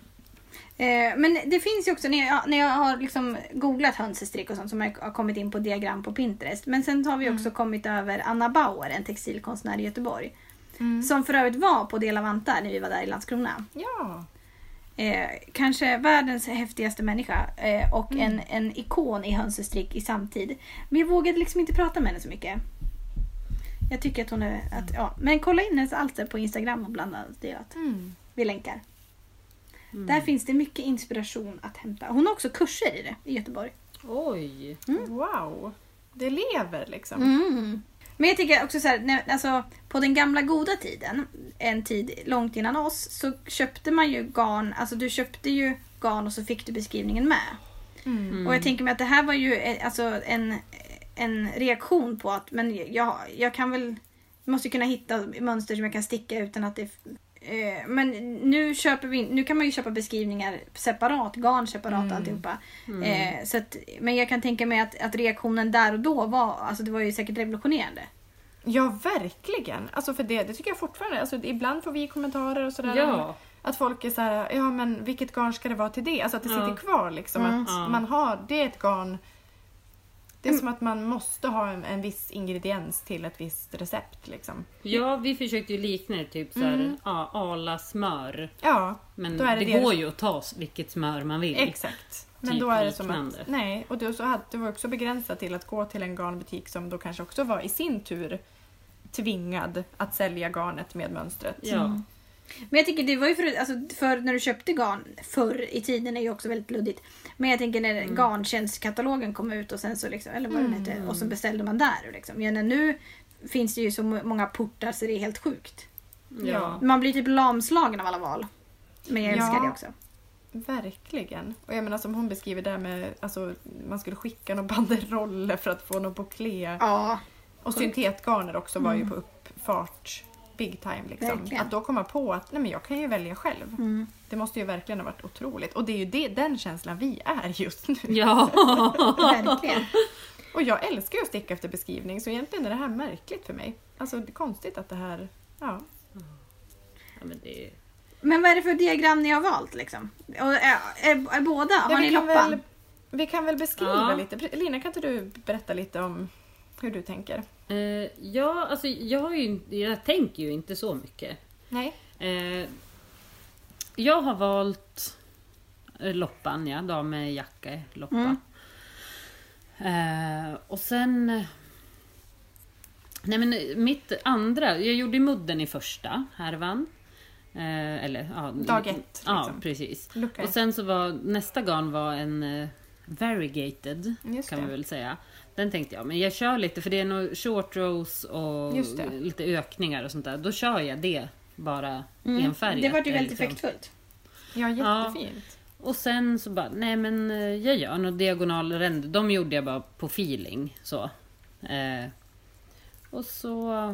Eh, men det finns ju också, när jag, när jag har liksom googlat hönsestrick och sånt som jag har kommit in på diagram på Pinterest. Men sen har vi också Mm. kommit över Anna Bauer, en textilkonstnär i Göteborg. Mm. Som för övrigt var på Dela Vanta när vi var där i Landskrona. Ja. Eh, kanske världens häftigaste människa eh, och Mm. en, en ikon i hönsestrick i samtid. Men jag vågade liksom inte prata med henne så mycket. Jag tycker att hon är... Att, ja. Men kolla in hennes alster på Instagram och bland annat delat. Mm. Vi länkar. Mm. Där finns det mycket inspiration att hämta. Hon har också kurser i det i Göteborg. Oj. Wow. Det lever liksom. Mm. Men jag tycker också så här, när, alltså, på den gamla goda tiden, en tid långt innan oss, så köpte man ju garn, alltså du köpte ju garn och så fick du beskrivningen med. Mm. Mm. Och jag tänker mig att det här var ju eh, alltså en, en reaktion på att men jag, jag kan väl, jag måste kunna hitta mönster som jag kan sticka utan att det eh, men nu köper vi, nu kan man ju köpa beskrivningar separat, garn separat Mm. alltihopa. Mm. Eh, så att, men jag kan tänka mig att, att reaktionen där och då var, alltså det var ju säkert revolutionerande. Ja, verkligen. Alltså för det, det tycker jag fortfarande. Alltså, ibland får vi kommentarer och sådär. Ja. Att folk är så här, ja men vilket garn ska det vara till det? Alltså att det Ja. sitter kvar liksom. Mm. Att Ja. man har, det är ett garn. Det är Mm. som att man måste ha en, en viss ingrediens till ett visst recept liksom. Ja, vi försökte ju likna det typ så här, Mm. ja, ala smör. Ja, Men Då det, är det det går det- ju att ta vilket smör man vill. exakt. Men Typ då är det som liknande. att, nej, och då så hade, det var också begränsat till att gå till en garnbutik som då kanske också var i sin tur tvingad att sälja garnet med mönstret. Ja. Men jag tänker det var ju för, alltså, för när du köpte garn förr i tiden är ju också väldigt luddigt. Men jag tänker när mm. garntjänstkatalogen kom ut och sen så liksom, eller vad mm. den heter, och så beställde man där liksom. Ja, nu finns det ju så många portar så det är helt sjukt. Ja. Man blir typ lamslagen av alla val. Men jag älskar ja, det också. Verkligen. Och jag menar som hon beskriver där med alltså man skulle skicka någon banderoller för att få någon bouclé. Ja. Och syntetgarner också var ju på uppfart big time liksom. Verkligen. Att då komma på att nej men jag kan ju välja själv. Mm. Det måste ju verkligen ha varit otroligt. Och det är ju det, den känslan vi är just nu. Ja. Verkligen. Och jag älskar ju att sticka efter beskrivning så egentligen är det här märkligt för mig. Alltså det är konstigt att det här, ja. Ja men det... Men vad är det för diagram ni har valt liksom? Och är, är, är båda? Har Ja, ni vi kan loppan? väl, vi kan väl beskriva Ja. lite. Lina, kan inte du berätta lite om hur du tänker? Eh, ja, alltså jag, har ju, jag tänker ju inte så mycket. Nej. Eh, jag har valt eh, loppan, ja, dam med jacka, loppa. Mm. Eh, och sen... eh, Nej men mitt andra, jag gjorde mudden i första härvan. Eh, eller, ja, Dag ett, Ja, liksom. precis. Lucka. Och sen så var nästa garn var en eh, variegated, Just kan det. vi väl säga. Den tänkte jag, men jag kör lite för det är nog short rows och Just det. lite ökningar och sånt där. Då kör jag det bara Mm. enfärgat. Det var ju eller väldigt liksom. effektfullt. Ja, jättefint. Och sen så bara, nej men eh, jag gör något diagonalränder. De gjorde jag bara på feeling så. Eh, och så...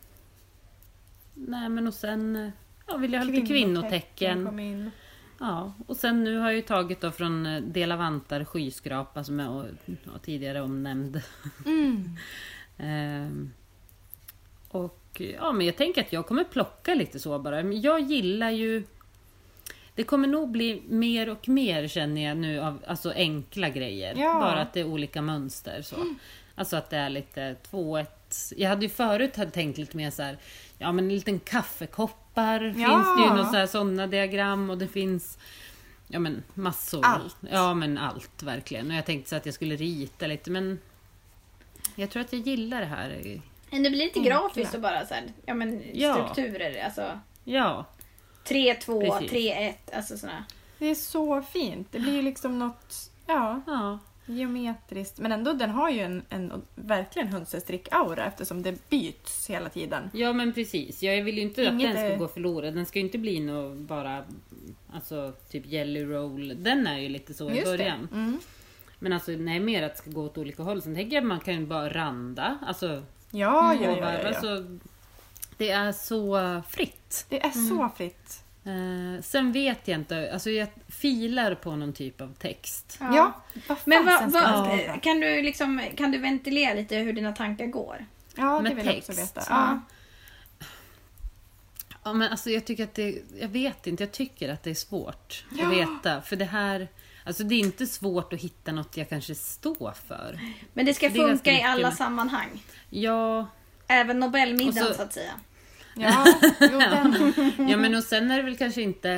Nej men och sen... eh, Ja, vill jag ha lite kvinnotecken. kom in. Ja, och sen nu har jag ju tagit då från eh, Delavantar skyskrapa som jag ja, tidigare omnämnde. Mm. Ehm, och ja, men jag tänker att jag kommer plocka lite så bara. Men jag gillar ju... Det kommer nog bli mer och mer känner jag nu av alltså enkla grejer. Ja. Bara att det är olika mönster så. Mm. Alltså att det är lite två ett. Jag hade ju förut hade tänkt lite mer så här, ja men en liten kaffekoppar Ja. finns det ju några så här sådana diagram och det finns ja men massor. Allt. Ja men allt verkligen. Och jag tänkte så att jag skulle rita lite men jag tror att jag gillar det här. Men det blir lite Enkla. grafiskt och bara så här, ja men Ja. strukturer, alltså Ja. tre två, Precis. tre ett, alltså sådana. Det är så fint. Det blir ju liksom något, ja, Ja. geometriskt. Men ändå, den har ju en, en verkligen hönsestrick-aura eftersom det byts hela tiden. Ja men precis. Jag vill ju inte Inget att den ska är- gå förlorad. Den ska ju inte bli något bara alltså typ jelly roll. Den är ju lite så i Just början. det. Mm. Men alltså nej mer att det ska gå åt olika håll. Sen tänker jag att man kan ju bara randa. Alltså, Ja, ja, ja, varva. ja, ja. Alltså, det är så fritt. Det är så fritt. Eh, sen vet jag inte. Alltså jag filar på någon typ av text. Ja, vad Men fasen vad, ska vad, man skriva? kan du liksom, kan du ventilera lite hur dina tankar går? Ja, det med vill jag text. också veta. Ja. Ja. Ja, men alltså jag tycker att det, jag vet inte, jag tycker att det är svårt Ja. att veta. För det här, alltså det är inte svårt att hitta något jag kanske står för. Men det ska Det är ganska funka i mycket alla med- sammanhang. Ja, Även Nobelmiddagen Och så- så att säga. Ja, jo, den. ja men och sen är det väl kanske inte...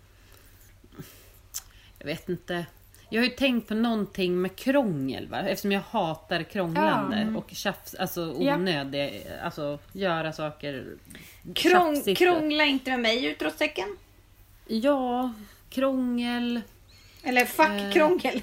Jag vet inte. Jag har ju tänkt på någonting med krångel va? Eftersom jag hatar krånglande Ja. och tjafs, alltså Ja. onödig, alltså göra saker Krång, tjafsigt. krångla inte med mig, utropstecken. Ja, krångel. Eller fuck Eh. krångel.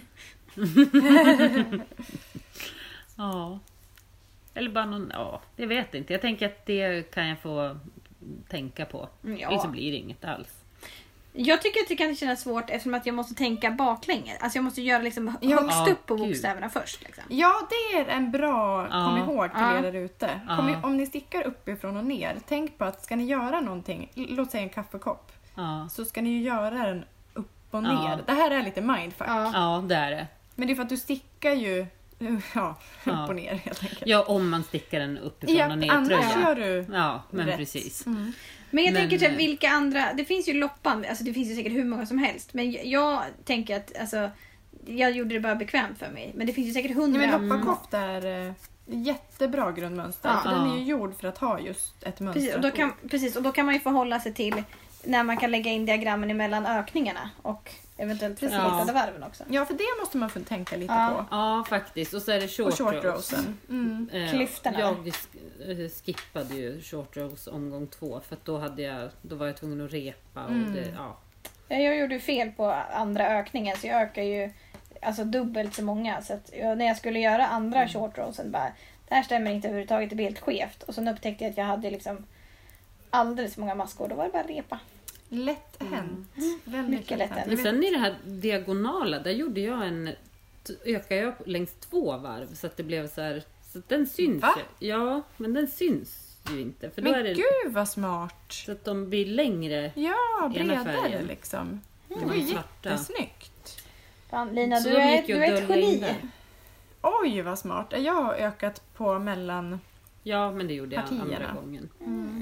Ja. Eller bara någon, ja, jag vet inte. Jag tänker att det kan jag få tänka på. Ja. Eller så blir det inget alls. Jag tycker att det kan kännas svårt eftersom att jag måste tänka baklänges. Alltså jag måste göra liksom hö- Ja. högst Ja, upp på gud. bokstäverna först. Liksom. Ja, det är en bra, Ja. kom ihåg till Ja. er där ute. Ja. Kom i, om ni stickar uppifrån och ner, tänk på att ska ni göra någonting, l- låt säga en kaffekopp, Ja, så ska ni ju göra den upp och ner. Ja. Det här är lite mindfuck. Ja. ja det är det. Men det är för att du stickar ju ja, upp Ja. och ner helt enkelt. Ja, om man stickar den uppifrån Japp, och ner annars tröja. gör du Ja, men rätt. precis. Mm. Men jag Men, tänker typ eh, vilka andra, det finns ju loppan, alltså det finns ju säkert hur många som helst. Men jag, jag tänker att, alltså, jag gjorde det bara bekvämt för mig. Men det finns ju säkert Ja, hundra. men loppakoft är eh, jättebra grundmönster. Ja. För den är Ja. ju gjord för att ha just ett mönster. Precis och, då kan, precis, och då kan man ju förhålla sig till när man kan lägga in diagrammen emellan ökningarna och eventuellt Ja. förkortade varven också. Ja, för det måste man få tänka lite Ja. på. Ja, faktiskt. Och så är det short, Och short rows. rowsen. Mm. Eh, Klyftorna. Jag sk- eh, skippade ju short rows omgång två. För att då, hade jag, då var jag tvungen att repa. Och Mm. det, ja. Jag gjorde fel på andra ökningen så jag ökar ju alltså dubbelt så många. Så att jag, när jag skulle göra andra mm. short rowsen bara, det här stämmer inte överhuvudtaget, det blir helt skevt. Och sen upptäckte jag att jag hade liksom alldeles för många maskor, då var det bara repa. Lätt hänt. Mm. Väldigt Mycket lätt hänt. Men sen i det här diagonala, där gjorde jag en, ökade jag längs två varv så att det blev så här, så att den syns. Va? Ju. Ja, men den syns ju inte. För då Men är det, gud vad smart. så att de blir längre. Ja, ena bredare färgen. liksom. Det Mm. var ju Svarta. jättesnyggt. Fan, Lina, Så du de är, gick ju du är att ett dölja in geni. där. Oj vad smart. Jag har ökat på mellan Ja, men det gjorde jag Partierna. andra gången. mm.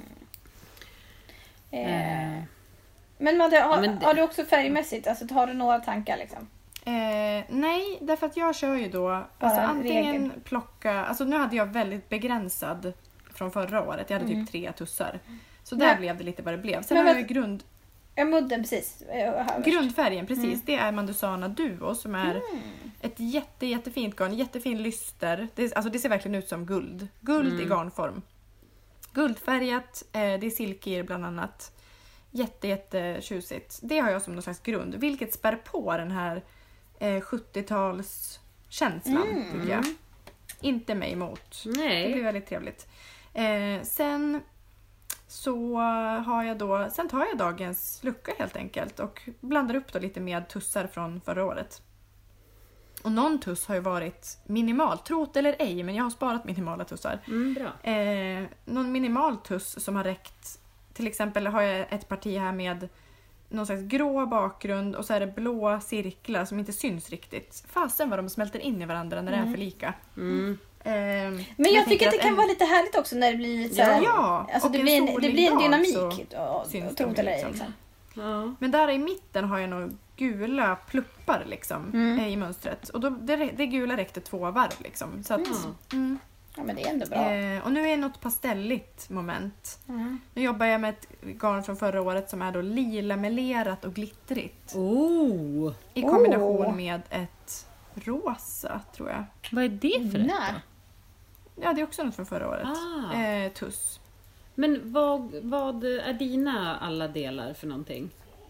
Eh, Eh, men Madde, har, Ja, men det- har du också färgmässigt, alltså har du några tankar liksom? Eh, nej, därför att jag kör ju då alltså, antingen regeln. plocka, alltså nu hade jag väldigt begränsad från förra året. Jag hade Mm. typ tre tussar. Så där Men- blev det lite vad det blev. Sen Men har vad- jag grund, Ja, mudden precis. Överst. grundfärgen, precis. Mm. Det är Mandusana Duo som är Mm. ett jätte, jättefint garn. Jättefin lyster. Det, alltså, det ser verkligen ut som guld. Guld Mm. i garnform. Guldfärgat, eh, det är silker bland annat. Jätte, jätte tjusigt. Det har jag som någon slags grund. Vilket spär på den här eh, sjuttiotalskänslan Mm. tycker jag. Inte mig emot. Det nej. blir väldigt trevligt. Eh, sen så har jag då, sen tar jag dagens lucka helt enkelt och blandar upp då lite med tussar från förra året. Och någon tuss har ju varit minimal, trot eller ej, men jag har sparat minimala tussar. Mm, bra. Eh, någon minimal tuss som har räckt, till exempel har jag ett parti här med någon slags grå bakgrund och så är det blå cirklar som inte syns riktigt. Fasen vad de smälter in i varandra när det är för lika. Mm. Eh, Men jag, tycker att det kan en- vara lite härligt också när det blir lite så här, Ja, alltså och det en blir en, solig det blir en dag dynamik. så Och, syns och, de trot eller ej, liksom. liksom. Ja. Men där i mitten har jag nog gula pluppar liksom, Mm. eh, i mönstret. Och då, det, det gula räckte två varv. Liksom. Så att, Mm. mm. Ja, men det är ändå bra. Eh, och nu är det något pastelligt moment. Mm. Nu jobbar jag med ett garn från förra året som är då lila melerat och glittrigt. Oh, I kombination Oh. med ett rosa, tror jag. vad är det för ett Nej. då? Ja, det är också något från förra året. Ah. Eh, tuss. Men vad, vad är dina alla delar för någonting?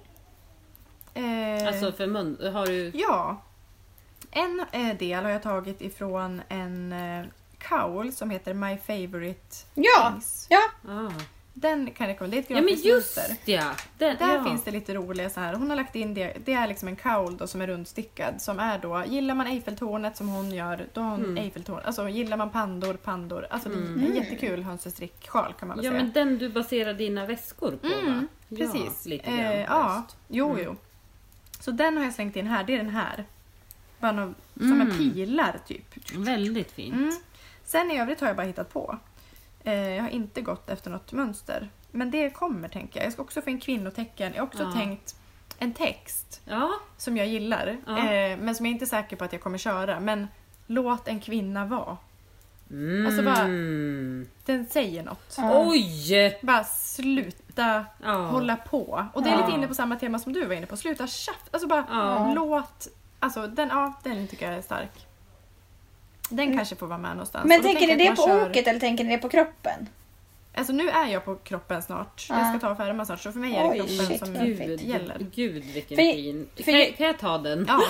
Eh, Alltså för mun, har du... Ja. En eh, del har jag tagit ifrån en eh, kaul som heter My Favorite Ja, Things. ja. Ah. Den kan jag rekommendera. Det är ett Ja men grafiskt just mönster. ja! Den, Där ja. finns det lite roliga så här. Hon har lagt in det. Det är liksom en kaul då som är rundstickad. Som är då, gillar man Eiffeltornet som hon gör, då har hon Mm. Eiffeltorn. Alltså gillar man pandor, pandor. Alltså det är Mm. en jättekul hönsestricksjal kan man väl Ja säga. men den du baserar dina väskor på Mm, va? precis. Ja, lite grann. eh, ja, just. jo Mm. jo. Så den har jag slängt in här. Det är den här. Bara av, som Mm. en pilar typ. Väldigt fint. Mm. Sen i övrigt har jag bara hittat på. Eh, jag har inte gått efter något mönster. Men det kommer tänker jag. Jag ska också få en kvinnotecken. Jag har också Ja. tänkt en text Ja. som jag gillar. Ja. Eh, men som jag inte är säker på att jag kommer köra. Men låt en kvinna vara. Mm. Alltså bara- Den säger något. Ja. Oj! Bara sluta Ja. hålla på. Och det är Ja. lite inne på samma tema som du var inne på. Sluta tjafta. Alltså bara Ja. låt... Alltså den, ja, den tycker jag är stark. Den kanske får vara med någonstans. Men Och då tänker ni jag det att på man kör- oket eller tänker ni det på kroppen? Alltså nu är jag på kroppen snart. Ja. Jag ska ta färma snart. Så för mig är det Oj, kroppen shit, som vad Gud, gäller. gud vilken För- fin. för kan, jag- kan jag ta den? Ja.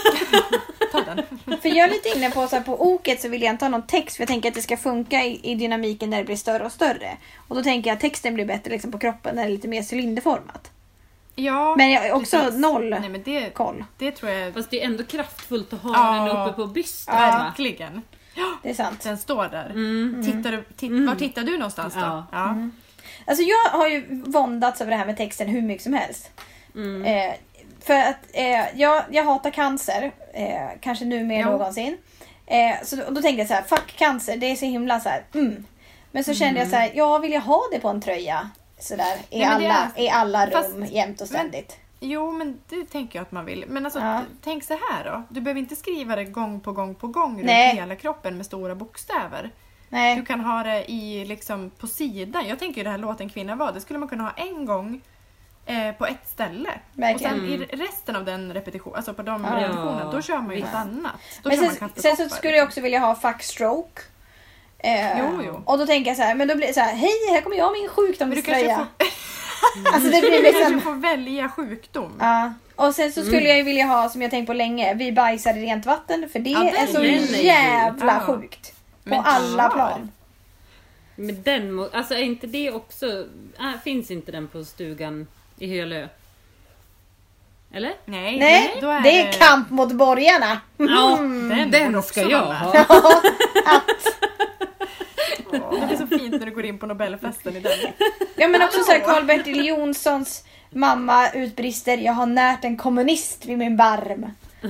Ta den. För jag är lite inne på så här, på oket så vill jag inte ha någon text för jag tänker att det ska funka i, i dynamiken när det blir större och större. Och då tänker jag att texten blir bättre liksom på kroppen när det är lite mer cylinderformat. Ja, Men jag har också precis. noll Nej, men det, koll. det tror jag Fast det är ändå kraftfullt att ha Ja. den uppe på bysten. Ja. va? verkligen. Det är sant. Den står där. Mm. Tittar du, titt, Mm. Var tittar du någonstans då? Ja. Ja. Alltså jag har ju våndats över det här med texten hur mycket som helst. Mm. Eh, för att eh, jag, jag hatar cancer. Eh, kanske nu mer än Ja. någonsin. Eh, så då, då tänkte jag så här, fuck cancer, det är så himla så här. Mm. Men så kände jag så här, ja vill jag ha det på en tröja? Sådär, i, Nej, men det alla, är- i alla fast- rum jämt och ständigt. Jo, men det tänker jag att man vill. Men alltså, Ja. tänk så här då. Du behöver inte skriva det gång på gång på gång runt Nej. hela kroppen med stora bokstäver. Du Nej. kan ha det i, liksom, på sidan. Jag tänker ju det här låt en kvinna vara. Det skulle man kunna ha en gång eh, på ett ställe. Verkligen. Och sen i resten av den repetition, alltså på de Ja. repetitionerna, då kör man ju något annat. Då Men kör man sen, sen så kaffekoppar, skulle jag också vilja ha fuck stroke. Eh, Jo, jo. Och då tänker jag så här, men då blir det så här, hej, här kommer jag med min Men du kanske sjukdomströja. får, Alltså det blir du kanske liksom... får välja sjukdom. Ja. Och sen så skulle Mm. jag ju vilja ha, som jag tänkt på länge, vi bajsar i rent vatten. För det Ja, den är så är ju- jävla Ja. sjukt. På Men alla klar. plan. Men den, må- alltså är inte det också, äh, finns inte den på stugan i Hölö? Eller? Nej, Nej, då är det är kamp mot borgarna. Ja, Den den, borde ska också jag vara ha. med. Att, Åh, det blir så fint när du går in på Nobelfesten i den. ja men också så här, Karl-Bertil Jonssons mamma utbrister, jag har närt en kommunist vid min barm.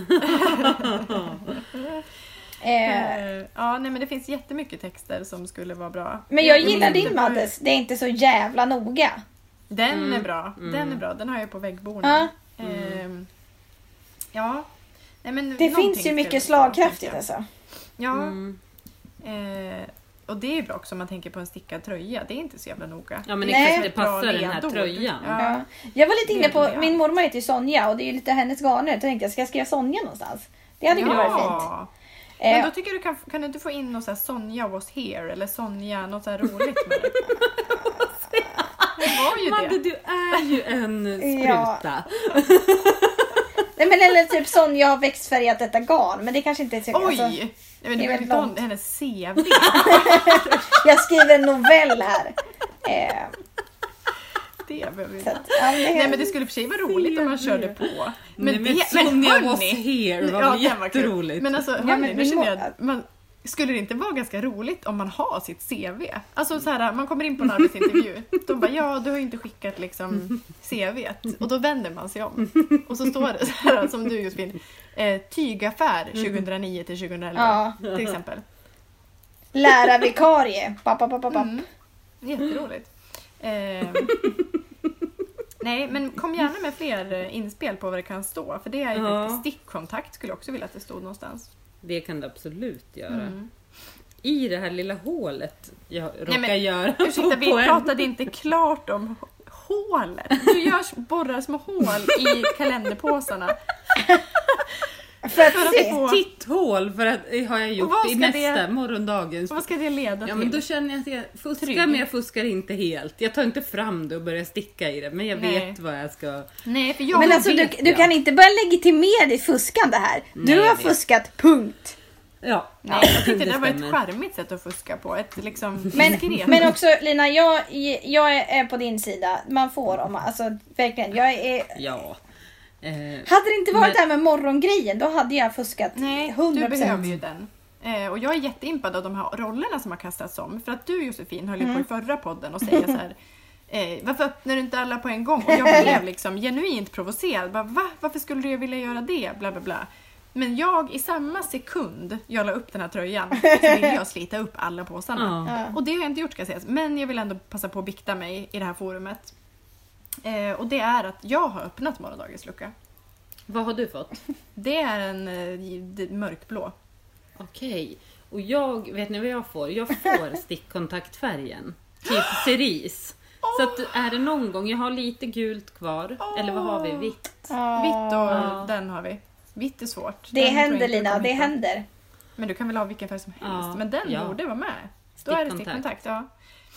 eh, Eh, Ja, nej men det finns jättemycket texter som skulle vara bra. men jag Mm. gillar din Mm. Maddes, det är inte så jävla noga. Den Mm. är bra. Den Mm. är bra. Den har jag på väggborna. Ja. Ehm, ja. Nej, men Det någonting finns ju ska mycket det slagkraftigt vara, alltså. Ja. Mm. Eh, och det är ju bra också om man tänker på en stickad tröja. Det är inte så jävla noga. Ja men Nej. exakt, det Bra passar den här ledord. tröjan. Ja. Ja. Jag var lite inne på, Det är min det. mormor heter ju Sonja och det är ju lite hennes garner. Då tänkte jag, ska jag skriva Sonja någonstans? Det hade ju varit fint. Men Eh, då tycker du kan, kan du inte få in något så här Sonja was here eller Sonja, något så här roligt med det? Det var ju Madde, det. du är ju en Ja. spruta. nej, men eller typ Sonja har växtfärgat detta garn. Men det kanske inte är så... Oj! Alltså, Nej, men det du är behöver väldigt inte ha långt. hennes C V. jag skriver en novell här. Eh, Det behöver vi så inte. att, ja, men det, Nej men det skulle för sig vara roligt om man körde på. Men, Men, men det, Sonja men was hörni, here var Ja, väl den var kul. jätteroligt. Men alltså Ja, hörni, men nu vi känner må- jag att man, skulle det inte vara ganska roligt om man har sitt C V? Alltså så här, man kommer in på en arbetsintervju. De bara, ja du har ju inte skickat liksom C V:t. Och då vänder man sig om. Och så står det så här som du Josefin. Eh, tygaffär tjugohundranio till tjugohundraelva Ja. till exempel. lärarvikarie. Papp, papp, papp, papp. Mm. Jätteroligt. Eh, nej, men kom gärna med fler eh, inspel på vad det kan stå. För det är ju Ja. faktiskt stickkontakt skulle jag också vilja att det stod någonstans. Det kan det absolut göra. Mm. I det här lilla hålet jag råkar men, göra Ursäkta, vi på en- pratade inte klart om h- hålet. Du gör borrar små hål i kalenderpåsarna. För att För att se. få- titthål för att det har jag Och gjort vad i ska nästa det- morgondagens. Och vad ska det leda Ja till? men då känner jag att jag fuskar Trygg. men jag fuskar inte helt. Jag tar inte fram det och börjar sticka i det men jag Nej. vet vad jag ska. Nej, för jag Men alltså du, vet du jag. kan inte börja legitimera ditt fuskande här. Nej, Du har jag vet. fuskat, punkt. Ja, Nej, jag tyckte det, det var ett stämmer. charmigt sätt att fuska på. Ett liksom Men, diskret. men också Lina, jag, jag är på din sida. Man får om alltså verkligen. Jag är, Ja. Eh, hade det inte varit Men- det här med morgongrejen då hade jag fuskat Nej, hundra du behöver ju procent. den. Eh, och jag är jätteimpad av de här rollerna som har kastats om. För att du Josefin höll ju Mm. på i förra podden och säga så här. Eh, varför öppnar du inte alla på en gång? Och jag blev liksom genuint provocerad. Bara, Va? Varför skulle du vilja göra det? Bla bla bla. Men jag i samma sekund jag la upp den här tröjan så ville jag slita upp alla påsarna. ja. Ja. Och det har jag inte gjort ska sägas. Men jag vill ändå passa på att bikta mig i det här forumet. Eh, och det är att jag har öppnat morgondagens lucka. Vad har du fått? Det är en eh, d- mörkblå. Okej. Och jag, vet ni vad jag får? Jag får stickkontaktfärgen. Typ cerise. Så att är det någon gång, jag har lite gult kvar. Eller vad har vi? Vitt. Vitt och Ja. den har vi. Vitt är svårt. Det Den tror jag händer inte du Lina, kommer det hitta. händer. Men du kan väl ha vilken färg som helst. Ja, Men den ja. borde vara med. Då är det Stickkontakt. stickkontakt. Ja.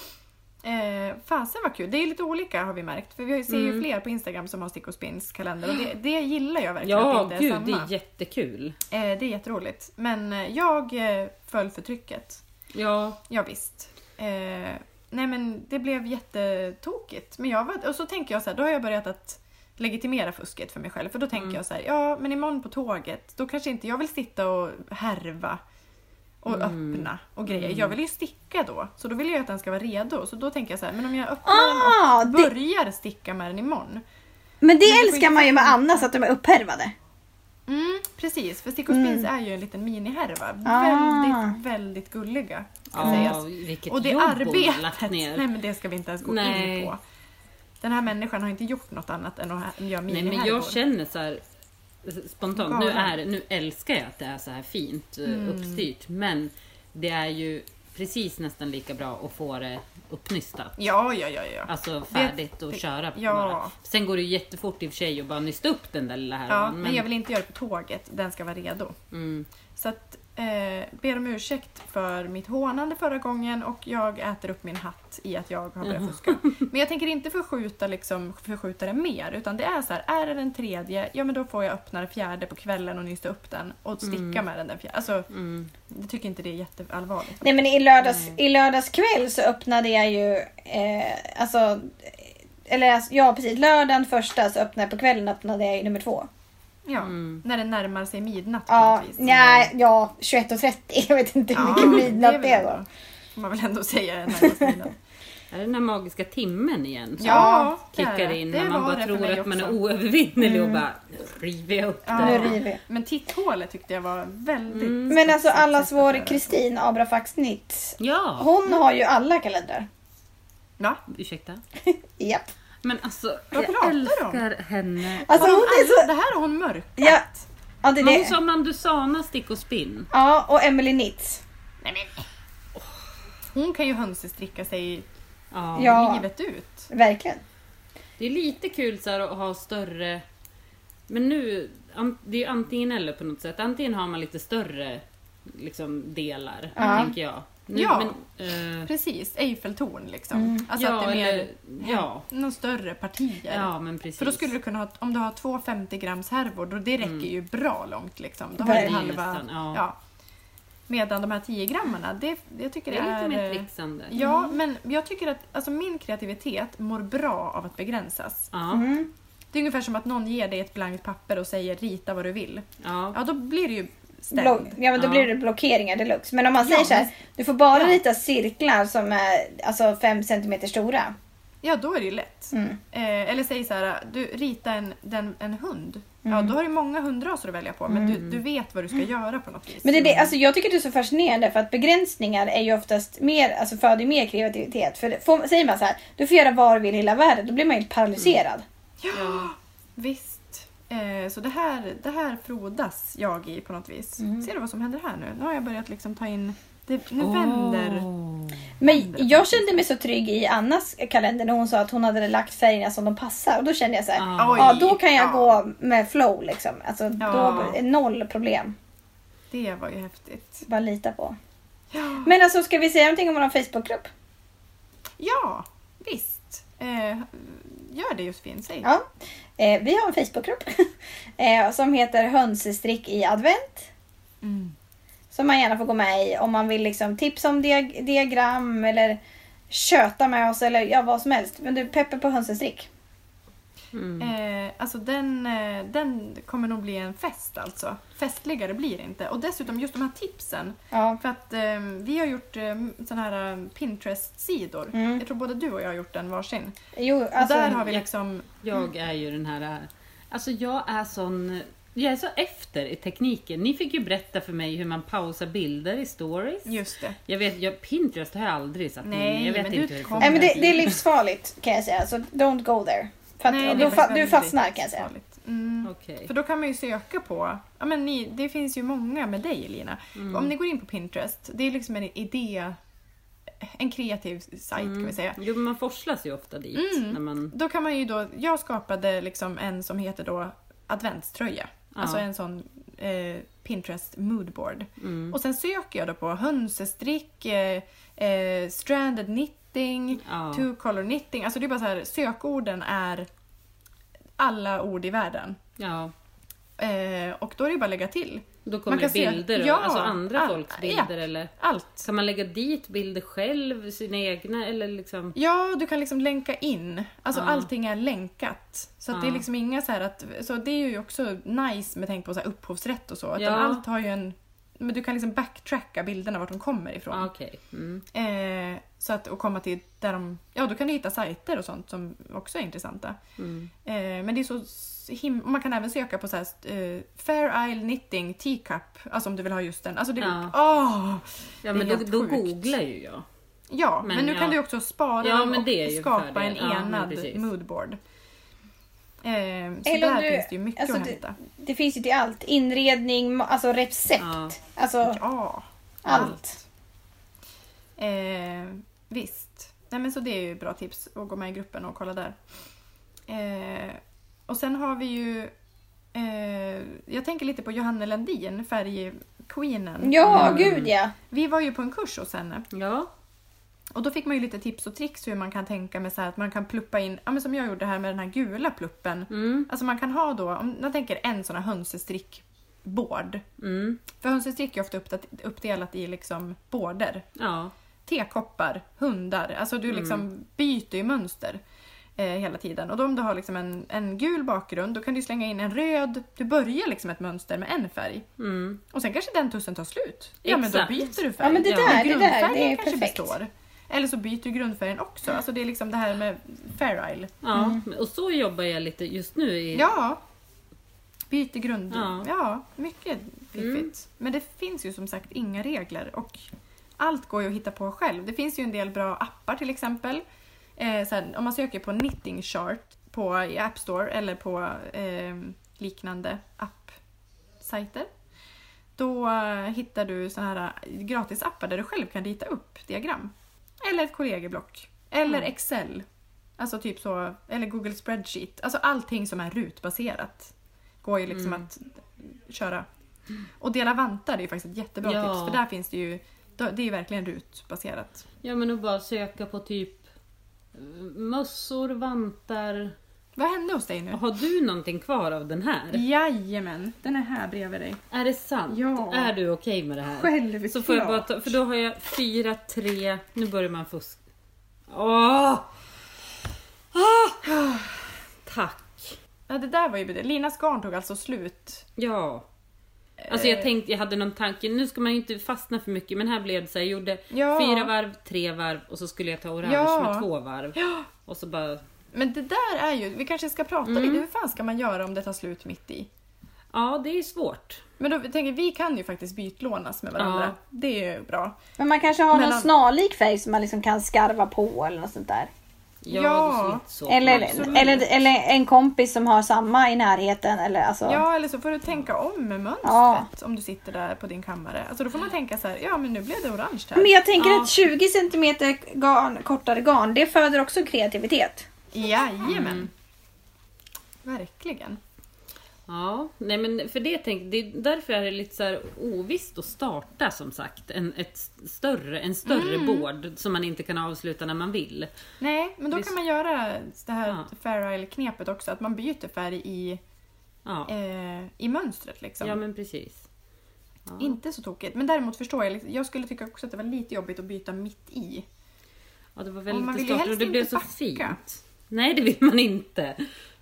Eh, fasen var kul. Det är lite olika har vi märkt. För vi ser ju Mm. fler på Instagram som har stick och spins kalender. Och det, det gillar jag verkligen att Ja, det inte är gud, samma. det är jättekul. Eh, det är jätteroligt. Men eh, jag eh, föll för trycket. Ja, Ja, visst. Eh, nej men det blev jättetokigt. Men jag var, och så tänker jag så här, då har jag börjat att legitimera fusket för mig själv. För då tänker Mm. jag så här, ja men imorgon på tåget, då kanske inte jag vill sitta och härva och Mm. öppna och grejer. Mm. Jag vill ju sticka då. Så då vill jag att den ska vara redo. Så då tänker jag så här, men om jag öppnar Ah, den och det, börjar sticka med den imorgon. men det får älskar inte man ju med funka. Anna så att de är upphärvade. Mm, precis, för stick och spins är ju en liten minihärva. Ah. Väldigt, väldigt gulliga. Ska ja sägas. vilket Och det jobb hon har arbetet, lagt nej ner. men det ska vi inte ens gå Nej. in på. Den här människan har inte gjort något annat än att ha- göra Nej, minihärvor. men jag känner så här spontant, nu, Galen. är, nu älskar jag att det är så här fint eh, Mm. uppstyrt. Men det är ju precis nästan lika bra att få det uppnystat. Ja, ja, ja, ja. Alltså färdigt att det- köra på ja. bara. Sen går det ju jättefort i och för sig att bara nysta upp den där lilla härvan. ja men jag vill inte göra det på tåget. Den ska vara redo. mm. Så att eh, ber om ursäkt för mitt hånande förra gången och jag äter upp min hatt i att jag har börjat fuska. Men jag tänker inte förskjuta, liksom, förskjuta det mer, utan det är så här, är det den tredje, ja men då får jag öppna den fjärde på kvällen och nysta upp den och sticka mm. med den där fjärde. Alltså, mm. jag tycker inte det är jätteallvarligt. Nej, men i lördags, mm. i lördags kväll så öppnade jag ju, eh, alltså, eller ja precis, lördagen första så öppnade jag på kvällen, öppnade jag i nummer två. Ja, mm. när det närmar sig midnatt. Ja, nej, ja, tjugoett och trettio. Jag vet inte hur mycket ja, midnatt det är då. Får man väl ändå säga närmast midnatt. Är det den här magiska timmen igen? Som ja, kickar in när man bara tror att man är oövervinnelig mm. och bara river jag upp ja, det. Nu river. Men titthålet tyckte jag var väldigt... Mm. Men alltså allas vår Kristin Abrafax-Nitt. Ja. Hon har ju alla kalendrar. Va? Ursäkta? Japp. Men alltså, vad jag älskar om? henne. Alltså, hon är så... Det här har hon mörkat. Ja. Ja, det är men det. hon sa Mandusana, stick och spinn. Ja, och Emily Nitz. Nej, men... Oh. Hon kan ju hönsestricka sig ja. Ja. livet ut. Verkligen. Det är lite kul så här, att ha större... Men nu, det är ju antingen eller på något sätt. Antingen har man lite större liksom, delar, ja. tänker jag. Nu, ja, men, uh... precis. Eiffeltorn liksom. Mm. Alltså ja, att det är mer eller, ja. någon större partier. Ja, men precis. För då skulle du kunna ha, om du har två femtio grams härvor, då det räcker mm. ju bra långt liksom. Då har du halva... Nästan, ja. Ja. Medan de här tio grammarna, det, jag tycker det, det är är... lite mer trixande. Ja, mm. men jag tycker att alltså, min kreativitet mår bra av att begränsas. Ja. Mm. Det är ungefär som att någon ger dig ett blankt papper och säger rita vad du vill. Ja, ja då blir det ju Block, ja men då ja. blir det blockeringar deluxe. Men om man säger ja, så här, men... du får bara ja. rita cirklar som är alltså fem centimeter stora. Ja, då är det ju lätt. Mm. Eh, eller säg så här, du ritar en, den, en hund. Mm. Ja, då har du många hundraser att välja på. Men Mm. du, du vet vad du ska göra på något vis. Men det är det, alltså jag tycker det är så fascinerande för att begränsningar är ju oftast mer, alltså föder mer kreativitet. För får, säger man så här, du får göra vad du vill i hela världen, då blir man ju paralyserad. Mm. Ja, visst. Eh, så det här, det här frodas jag i på något vis. Mm. Ser du vad som händer här nu? Nu har jag börjat liksom ta in... Det, nu oh. vänder... Men jag kände mig så trygg i Annas kalender när hon sa att hon hade lagt färgerna som de passar. Och då kände jag så här, ah. ja då kan jag ja. gå med flow liksom. Alltså ja. då är noll problem. Det var ju häftigt. Bara lita på. Ja. Men alltså ska vi säga någonting om vår Facebookgrupp? Ja, visst. Eh, gör det Josefin, säg. Ja, eh, vi har en Facebookgrupp eh, som heter Hönsestrick i advent. Mm. Som man gärna får gå med i om man vill liksom tipsa om diag- diagram eller köta med oss eller ja, vad som helst. Men du peppar på hönsestrick. Mm. Eh, alltså den, eh, den kommer nog bli en fest alltså. Festligare blir det inte. Och dessutom just de här tipsen. Ja. För att eh, vi har gjort eh, såna här eh, Pinterest-sidor. Mm. Jag tror både du och jag har gjort en varsin. Jo, Och alltså, där har vi liksom... Jag är ju den här... Alltså jag är sån... Jag är så efter i tekniken. Ni fick ju berätta för mig hur man pausar bilder i stories. Just det. Jag vet, jag, Pinterest har jag aldrig satt Nej, in. Jag vet men inte du hur det kommer- Nej, men det, funkar. det är livsfarligt kan jag säga. Så don't go there. För att, Nej, det då är fa- faktiskt du väldigt fastnar kan jag säga. farligt. Mm. Okej. För då kan man ju söka på... Ja, men ni, det finns ju många med dig, Lina. Mm. Om ni går in på Pinterest, det är liksom en idé... En kreativ sajt Mm. kan vi säga. Jo, men man forslas ju ofta dit. Mm. När man... Då kan man ju då... Jag skapade liksom en som heter då adventströja. Ja. Alltså en sån eh, Pinterest moodboard. Mm. Och sen söker jag då på hönsestrick, eh, eh, stranded knitting, Ja. two color knitting. Alltså det är bara så här, sökorden är alla ord i världen. Ja. Eh, och då är det bara att lägga till. Då kommer Man kan det se- bilder, och, ja, alltså andra all- folks bilder eller... Allt. Kan man lägga dit bilder själv, sina egna eller liksom... Ja, du kan liksom länka in. Alltså Ja. allting är länkat. Så att det är Ja. liksom inga så här att... Så det är ju också nice med tänk på så här upphovsrätt och så. Utan Ja. allt har ju en... Men du kan liksom backtracka bilderna vart de kommer ifrån. Ah, okej. Mm. Eh, så att och komma till där de... Ja, då kan du hitta sajter och sånt som också är intressanta. Mm. Eh, men det är så him- och man kan även söka på så här, eh, Fair Isle Knitting Teacup. Alltså om du vill ha just den. Alltså det, Ja. åh, Ja, det är men då, helt då sjukt. googlar ju jag. Ja, men, Men nu ja. kan du också spara Ja, dem men det är och ju skapa fördel. en Ja, men enad precis. moodboard. Eh, så Eller om där du- finns det ju mycket alltså att det- hämta. Det finns ju till allt. Inredning, ma- alltså recept. Ja. Alltså Ja, allt. Eh, visst. Nej, men så det är ju bra tips att gå med i gruppen och kolla där. Eh, och sen har vi ju Eh, jag tänker lite på Johanna Lendin, färgqueenen. Ja, Mm. gud ja. Vi var ju på en kurs hos henne. Ja. Och då fick man ju lite tips och tricks hur man kan tänka med så här att man kan pluppa in, ja men som jag gjorde här med den här gula pluppen. Mm. Alltså man kan ha då, om jag tänker en sån här hönsestrickbord. Mm. För hönsestrick är ofta uppdelat i liksom border. Ja. Tekoppar, hundar, alltså du liksom mm. byter ju mönster eh, hela tiden. Och då om du har liksom en, en gul bakgrund, då kan du slänga in en röd, du börjar liksom ett mönster med en färg. Mm. Och sen kanske den tussen tar slut. Ja, men då Exakt. byter du färg. Ja, men det Ja. där, det där, Grundfärgen det är kanske perfekt. består. Eller så byter du grundfärgen också. Alltså det är liksom det här med Fair Isle. Ja, mm. och så jobbar jag lite just nu. I... Ja. Byter grund. Ja. Ja, mycket fiffigt. Mm. Men det finns ju som sagt inga regler. Och allt går ju att hitta på själv. Det finns ju en del bra appar till exempel. Eh, så här, om man söker på Knitting Chart på, i App Store eller på eh, liknande app-sajter. Då eh, hittar du såna här gratisappar där du själv kan rita upp diagram. Eller ett kollegieblock. Eller Mm. Excel. Alltså typ så, eller Google Spreadsheet. Alltså allting som är rutbaserat går ju liksom Mm. att köra. Och dela vantar är ju faktiskt ett jättebra Ja. tips. För där finns det ju, det är ju verkligen rutbaserat. Ja, men att bara söka på typ eh, mössor, vantar. Vad hände hos dig nu? Har du någonting kvar av den här? Jajamän, den är här bredvid dig. Är det sant? Ja. Är du okej med det här? Självklart. Så får jag bara ta, för då har jag fyra, tre, nu börjar man fuska. Åh! Ah! Tack. Ja, det där var ju bedrövligt. Linas garn tog alltså slut. Ja. Alltså jag Eh. tänkte, jag hade någon tanke, nu ska man ju inte fastna för mycket, men här blev det så här, jag gjorde Ja. fyra varv, tre varv och så skulle jag ta orange Ja. med två varv. Ja. Och så bara, Men det där är ju, vi kanske ska prata Mm. lite, hur fan ska man göra om det tar slut mitt i? ja det är svårt. Men då tänker vi kan ju faktiskt bytlånas med varandra. Ja. Det är ju bra. Men man kanske har Men någon om- snarlik färg som man liksom kan skarva på eller något sånt där. Ja, Ja. det ser inte så Eller, absolut. eller, eller en kompis som har samma i närheten. Eller alltså, Ja, eller så får du tänka om med mönstret Ja. om du sitter där på din kammare. Alltså då får man tänka så här, ja men nu blev det orange här. Men jag tänker Ja. att tjugo centimeter garn, kortare garn, det föder också kreativitet. Jajamän. Mm. Verkligen. Ja, nej men för det tänk, det är därför är det lite så här ovisst att starta som sagt en, ett större, en större Mm. board som man inte kan avsluta när man vill. Nej, men då Visst. kan man göra det här Ja. Fair Isle-knepet också. Att man byter färg i, Ja, eh, i mönstret liksom. ja men precis. Ja. Inte så tokigt. Men däremot förstår jag, liksom- jag skulle tycka också att det var lite jobbigt att byta mitt i. Ja, det var Och väldigt man vill ju starkt och helst det blev inte så backa. fint. Nej, det vill man inte.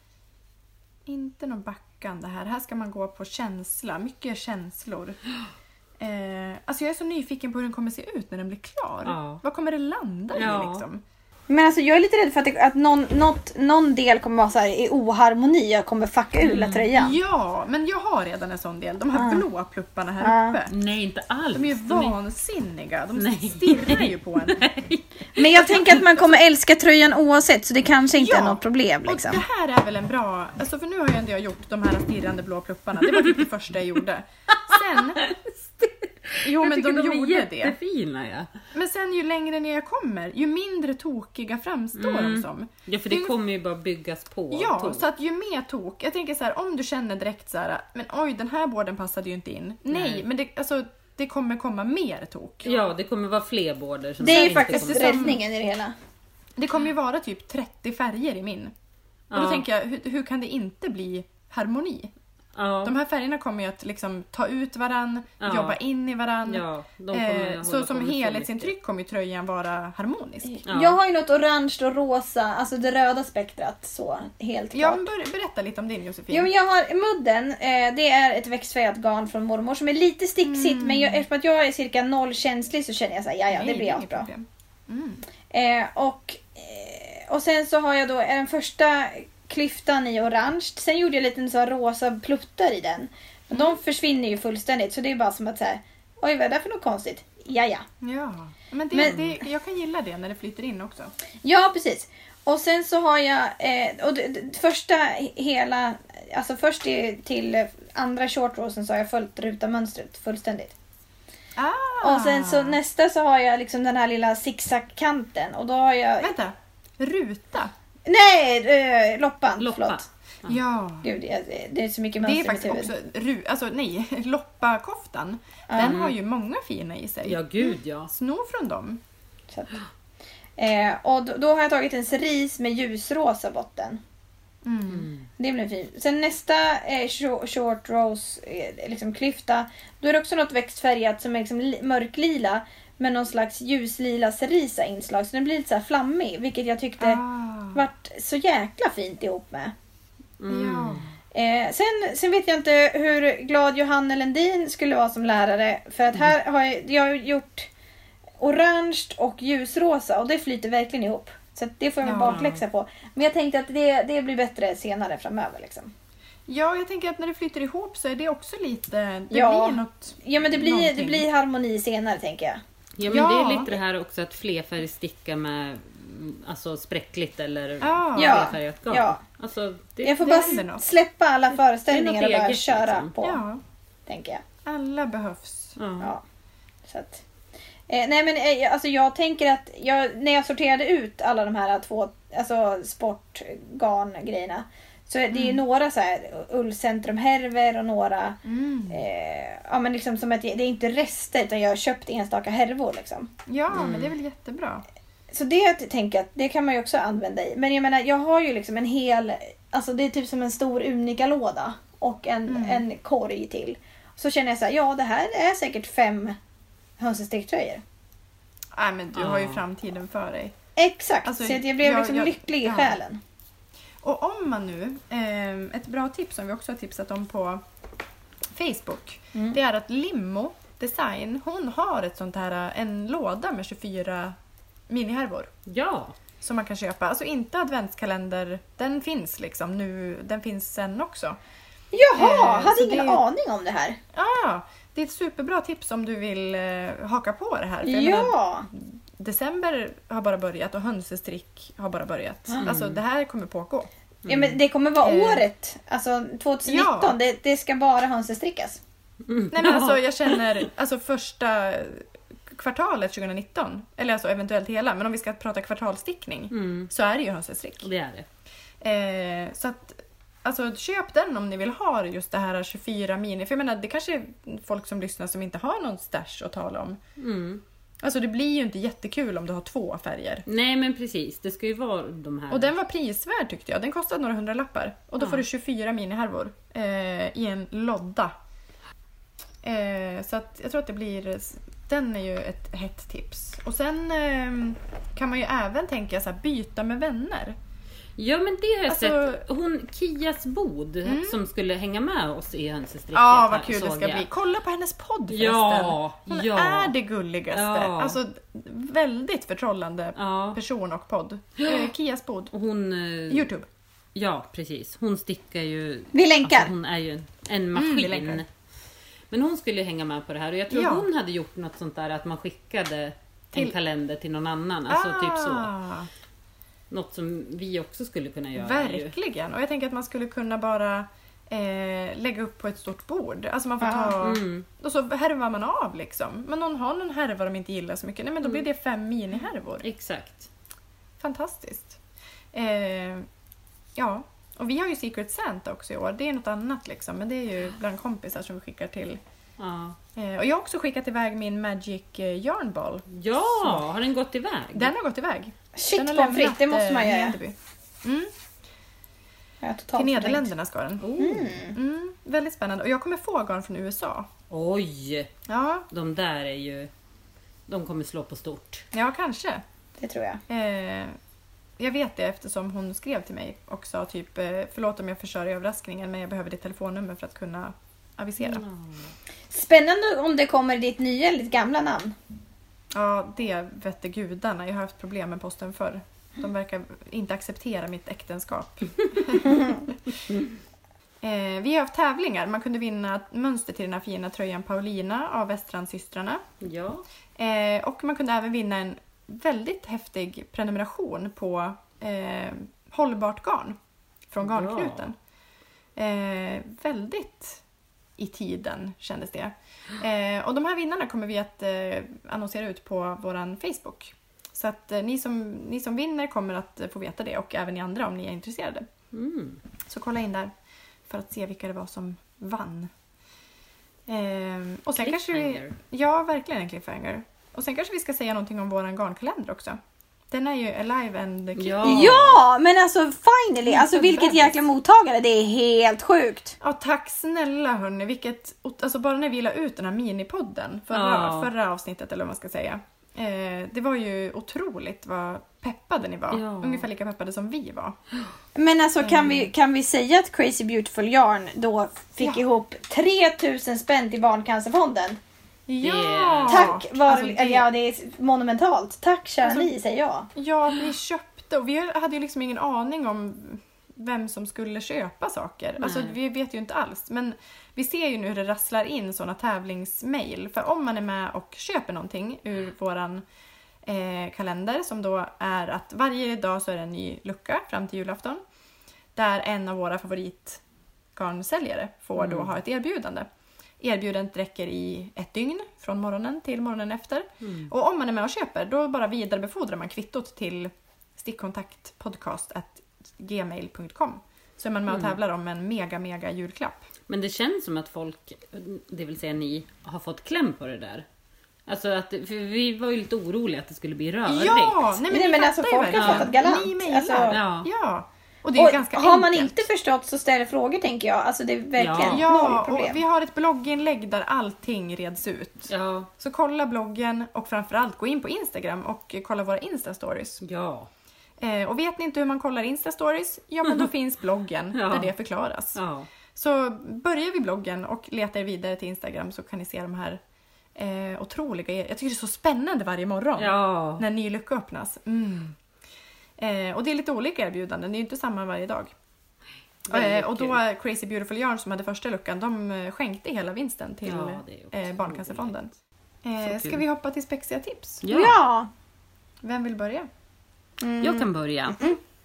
Inte någon backande här. Här ska man gå på känsla. Mycket känslor. Eh, alltså jag är så nyfiken på hur den kommer se ut när den blir klar. Ja. Vad kommer det landa Ja. i liksom? Men alltså jag är lite rädd för att, det, att någon, något, någon del kommer vara så här i oharmoni och kommer fucka ur hela tröjan. Ja, men jag har redan en sån del. De här Ah. blåa plupparna här Ah. uppe. Nej, inte alls. De är ju De är- vansinniga. De Nej. stirrar ju på en. Men jag tänker att man kommer älska tröjan oavsett så det kanske inte Ja. är något problem. Och Liksom. det här är väl en bra... Alltså för nu har jag ändå gjort de här stirrande blå plupparna. Det var typ det första jag gjorde. Sen... Jo Jag men tycker de, de är gjorde det. jättefina, ja. Men sen ju längre ner jag kommer, ju mindre tokiga framstår Mm. de som. Ja, för Det det är- kommer ju bara byggas på. Ja, tok. så att ju mer tok. Jag tänker så här, om du känner direkt så här, men oj den här borden passade ju inte in. Nej, Nej. men det, alltså, det kommer komma mer tok. Ja, det kommer vara fler border. Som Det är ju inte faktiskt kommer- Eftersom- räddningen i det hela. Det kommer ju vara typ trettio färger i min. Och då Ja. tänker jag, hur, hur kan det inte bli harmoni? Ja, De här färgerna kommer ju att liksom ta ut varann, Ja. jobba in i varann. ja, de kommer eh, hålla så på som med så helhetsintryck kommer ju tröjan vara harmonisk. Ja. Jag har ju något orange och rosa, alltså det röda spektrat så helt Ja, klart. men ber, berätta lite om din Josefin. Jo, men jag har mudden, eh, det är ett växtfärgat garn från mormor som är lite sticksigt Mm. men jag, eftersom att jag är cirka noll känslig så känner jag såhär, ja ja Nej, det är blir inget asbra. problem. Mm. Eh, och, eh, och sen så har jag då den första klyftan i orange. Sen gjorde jag lite så här rosa pluttar i den. Men de försvinner ju fullständigt så det är bara som att säga, oj vad är det där för något konstigt? Ja ja. Ja, men, det, Men- det, jag kan gilla det när det flyter in också. Ja precis. Och sen så har jag eh, och det, det, första hela, alltså först i, till andra short rosen så har jag följt rutamönstret fullständigt. Ah. Och sen så nästa så har jag liksom den här lilla zigzag-kanten och då har jag... Vänta, ruta? Nej, eh, loppan. Loppa. Förlåt. Ja. Gud, det, det är så mycket Det mönster är i mitt faktiskt huvud. också, ru, alltså nej, loppakoftan. Den har ju många fina i sig. Ja, gud ja. Sno från dem. Så att, eh, och då, då har jag tagit en cerise med ljusrosa botten. Mm. Mm. Det blir fint. Sen nästa eh, short, short rose eh, liksom klyfta. Då är det också något växtfärgat som är liksom li- mörklila med någon slags ljuslila cerisa inslag. Så den blir lite så här flammig, vilket jag tyckte Ah. vart så jäkla fint ihop med. Mm. Ja. Eh, sen, sen vet jag inte hur glad Johanna Lendin skulle vara som lärare. För att här har jag, jag har gjort orange och ljusrosa och det flyter verkligen ihop. Så att det får jag väl Ja. bakläxa på. Men jag tänkte att det, det blir bättre senare framöver. Liksom. Ja, jag tänker att när det flyter ihop så är det också lite... Det Ja. blir något... Ja, men det blir, det någonting. blir harmoni senare, tänker jag. Ja, men Ja. det är lite det här också att flerfärg sticka med mm, alltså spräckligt eller Ja. Ja. flerfärgat garn. Ja. Alltså, det, Jag får det bara händer något. släppa alla det föreställningar är och något bara eget, köra liksom. på, Ja, tänker jag. alla behövs. ja. Ja. Så att, eh, nej men eh, alltså jag tänker att jag, när jag sorterade ut alla de här två alltså sportgarn-grejerna så är det är ju några så här ullcentrumhärvor och några Mm. eh, ja men liksom som att det det är inte rester utan jag har köpt enstaka härvor liksom. Ja, men det är väl jättebra. Så det tänker jag att det kan man ju också använda i. Men jag menar jag har ju liksom en hel, alltså det är typ som en stor Unica-låda och en, Mm. en korg till. Så känner jag så här, ja det här är säkert fem hönsestricktröjor. Nej, men du har ju Ja. framtiden för dig. Exakt, Alltså, så att jag blev jag- liksom jag- lycklig i ja. själen. Och om man nu, eh, ett bra tips som vi också har tipsat om på Facebook, Mm. det är att Limmo Design, hon har ett sånt här, en låda med tjugofyra minihärvor ja. som man kan köpa. Alltså inte adventskalender, den finns liksom nu, den finns sen också. Jaha, Eh, hade så ingen det- aning om det här. Ja, det är ett superbra tips om du vill eh, haka på det här. För jag menar, Ja, december har bara börjat och hönsestrick har bara börjat. Mm. Alltså det här kommer pågå. ja men det kommer vara Eh. året, alltså tjugonitton, Ja. det, det ska bara hönsestrickas. Mm. Nej men alltså jag känner, alltså första kvartalet tjugonitton, eller alltså eventuellt hela, men om vi ska prata kvartalstickning Mm. så är det ju hönsestrick. Det är det. Eh, så att, alltså köp den om ni vill ha just det här tjugofyra mini, för jag menar det kanske är folk som lyssnar som inte har någon stash att tala om. Mm. Alltså det blir ju inte jättekul om du har två färger. Nej, men precis. Det ska ju vara de här. Och den var prisvärd tyckte jag. Den kostade några hundra lappar. Och då Ja. får du tjugofyra minihärvor eh, i en lodda. Eh, så att jag tror att det blir... Den är ju ett hett tips. Och sen eh, kan man ju även tänka så här, byta med vänner. Ja, men det har jag Alltså- sett. Hon, Kias bod, Mm. som skulle hänga med oss i hönsestricket. Ja, vad här, kul det såg ska jag. bli. Kolla på hennes podd förresten. Ja, Hon ja. är det gulligaste. Ja. Alltså väldigt förtrollande Ja, person och podd. Eh, Kias bod. och hon... eh, Youtube. Ja, precis. Hon stickar ju... Vi länkar. Alltså, hon är ju en, en Mm, maskin. vi länkar. Men hon skulle ju hänga med på det här. Och jag tror Ja. hon hade gjort något sånt där att man skickade en Till- kalender till någon annan. Alltså typ så. Ah. Något som vi också skulle kunna göra. Ju. Verkligen. Och jag tänker att man skulle kunna bara eh, lägga upp på ett stort bord. Alltså man får Ja. ta... Mm. Och så härvar man av liksom. Men någon har någon härva de inte gillar så mycket. Nej men då blir det fem minihärvor. Exakt. Fantastiskt. Eh, ja. Och vi har ju Secret Santa också i år. Det är något annat liksom. Men det är ju bland kompisar som vi skickar till. Ja. Eh, och jag har också skickat iväg min Magic eh, Yarn Ball. ja, har den gått iväg? Den har gått iväg. Shit Den har pommes frites, det lämnat, måste man eh, göra. Hedeby. Mm. Jag har totalt Till förträngt. Nederländerna ska den. Oh. Mm. Mm, väldigt spännande. Och jag kommer få garn från U S A. Oj, Ja, de där är ju... De kommer slå på stort. ja kanske. Det tror jag. Eh, jag vet det eftersom hon skrev till mig och sa typ eh, förlåt om jag förstör överraskningen men jag behöver ditt telefonnummer för att kunna avisera. Mm. Spännande om det kommer ditt nya eller ditt gamla namn. Ja, det vette gudarna. Jag har haft problem med posten förr. De verkar inte acceptera mitt äktenskap. eh, vi har haft tävlingar. Man kunde vinna ett mönster till den här fina tröjan Paulina av Västrandssystrarna. Ja. Eh, och man kunde även vinna en väldigt häftig prenumeration på eh, hållbart garn från Ja. Garnknuten. Eh, väldigt i tiden kändes det. Eh, och de här vinnarna kommer vi att eh, annonsera ut på våran Facebook. Så att eh, ni, som, ni som vinner kommer att eh, få veta det och även ni andra om ni är intresserade. Mm. Så kolla in där för att se vilka det var som vann. Ehm, och sen kanske vi, Cliffhanger. ja, verkligen en cliffhanger. Och sen kanske vi ska säga någonting om våran garnkalender också. Den är ju alive and kicking. Ja. Ja, men alltså finally. Alltså vilket jäkla mottagare. Det är helt sjukt. Ja, tack snälla hörni. Vilket, alltså bara när vi la ut den här minipodden förra, Ja. förra avsnittet eller vad man ska säga. Eh, det var ju otroligt vad peppade ni var. Ja. Ungefär lika peppade som vi var. Men alltså kan vi, kan vi säga att Crazy Beautiful Yarn då fick Ja. ihop tre tusen spänn till Barncancerfonden? Ja! Tack, var, Alltså, det- eller ja, det är monumentalt. Tack kära Alltså- ni, säger jag. Ja, vi köpte och vi hade ju liksom ingen aning om vem som skulle köpa saker. Nej. Alltså vi vet ju inte alls. Men vi ser ju nu hur det rasslar in såna tävlingsmail. För om man är med och köper någonting ur våran eh, kalender som då är att varje dag så är det en ny lucka fram till julafton. Där en av våra favoritgarnsäljare får då ha ett erbjudande. Erbjudandet räcker i ett dygn från morgonen till morgonen efter. Mm. Och om man är med och köper, då bara vidarebefordrar man kvittot till stickkontaktpodcast at gmail punkt com. Så är man med och tävlar om en mega, mega julklapp. Men det känns som att folk, det vill säga ni, har fått kläm på det där. Alltså att, för vi var ju lite oroliga att det skulle bli rörigt. Ja! Nej men, Nej, ni men alltså, fattar ju folk har verkligen. fattat galant. Ni mejlar. Alltså- ja. Ja. Och det är ju Och ganska har man enkelt. inte förstått så ställ frågor tänker jag. Alltså det är verkligen Ja, noll och problem. vi har ett blogginlägg där allting reds ut. Ja. Så kolla bloggen och framförallt gå in på Instagram och kolla våra Insta-stories. Ja. Eh, och vet ni inte hur man kollar Insta-stories? Ja, men då finns bloggen Ja. där det förklaras. Ja. Så börjar vi bloggen och letar er vidare till Instagram så kan ni se de här eh, otroliga... Jag tycker det är så spännande varje morgon Ja. när en ny lucka öppnas. Mm. Eh, och det är lite olika erbjudanden, det är ju inte samma varje dag. Väldigt Eh, och då kul. Crazy Beautiful Yarn som hade första luckan, de eh, skänkte hela vinsten till Ja, det är eh, otroligt. Barncancerfonden. Så Eh, kul. ska vi hoppa till spexiga tips? Ja. Ja. Vem vill börja? Mm. Jag kan börja.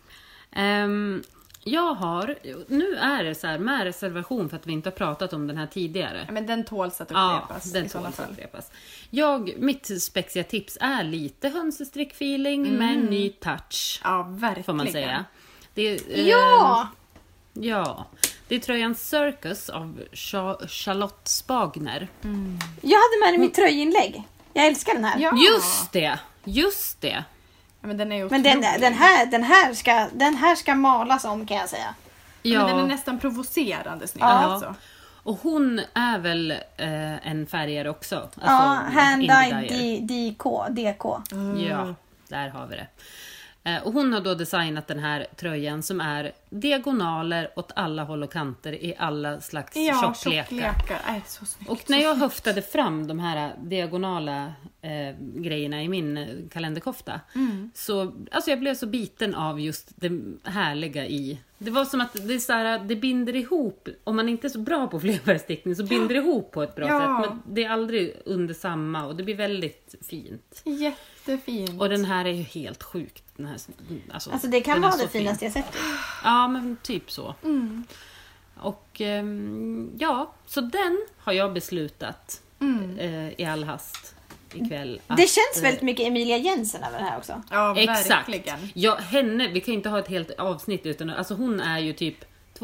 Ehm, jag har, nu är det så här med reservation för att vi inte har pratat om den här tidigare. Ja, men den tåls att Ja, upprepas den i sådana tåls att fall. upprepas. Jag, mitt spexiga tips är lite hönsestrick-feeling med en ny touch, Ja, verkligen. får man säga. Det är, eh, Ja! Ja, det är tröjan Circus av Cha- Charlotte Spagner. Jag hade med den i mitt tröjinlägg. Jag älskar den här. Ja. Just det, just det. Ja, men den är ju Men den, otrolig. den, här, den, här ska, den här ska malas om kan jag säga. Ja. Men den är nästan provocerande snygg. Ja. Alltså. Och hon är väl eh, en färgare också. Alltså, Ja, hand-dyed indie-dyer. D- DK. DK. Ja, där har vi det. Eh, och hon har då designat den här tröjan som är diagonaler åt alla håll och kanter i alla slags Ja, tjocklekar. tjocklekar. Äh, så snyggt. Och när jag höftade fram de här diagonala eh, grejerna i min eh, kalenderkofta Mm. så alltså jag blev så biten av just det härliga i. Det var som att det, är så här, det binder ihop, om man inte är så bra på flerfärgstickning så binder det ihop på ett bra Ja. sätt. Men det är aldrig under samma och det blir väldigt fint. Jättefint. Och den här är ju helt sjukt. Den här, alltså, Alltså det kan den är vara så det fin. finaste jag sett. Ja, men typ så. Mm. Och ehm, ja, så den har jag beslutat Mm. eh, i all hast ikväll. Det att, känns eh, väldigt mycket Emilia Jensen över det här också. Ja, Exakt. verkligen. Ja, henne, vi kan ju inte ha ett helt avsnitt utan, alltså hon är ju typ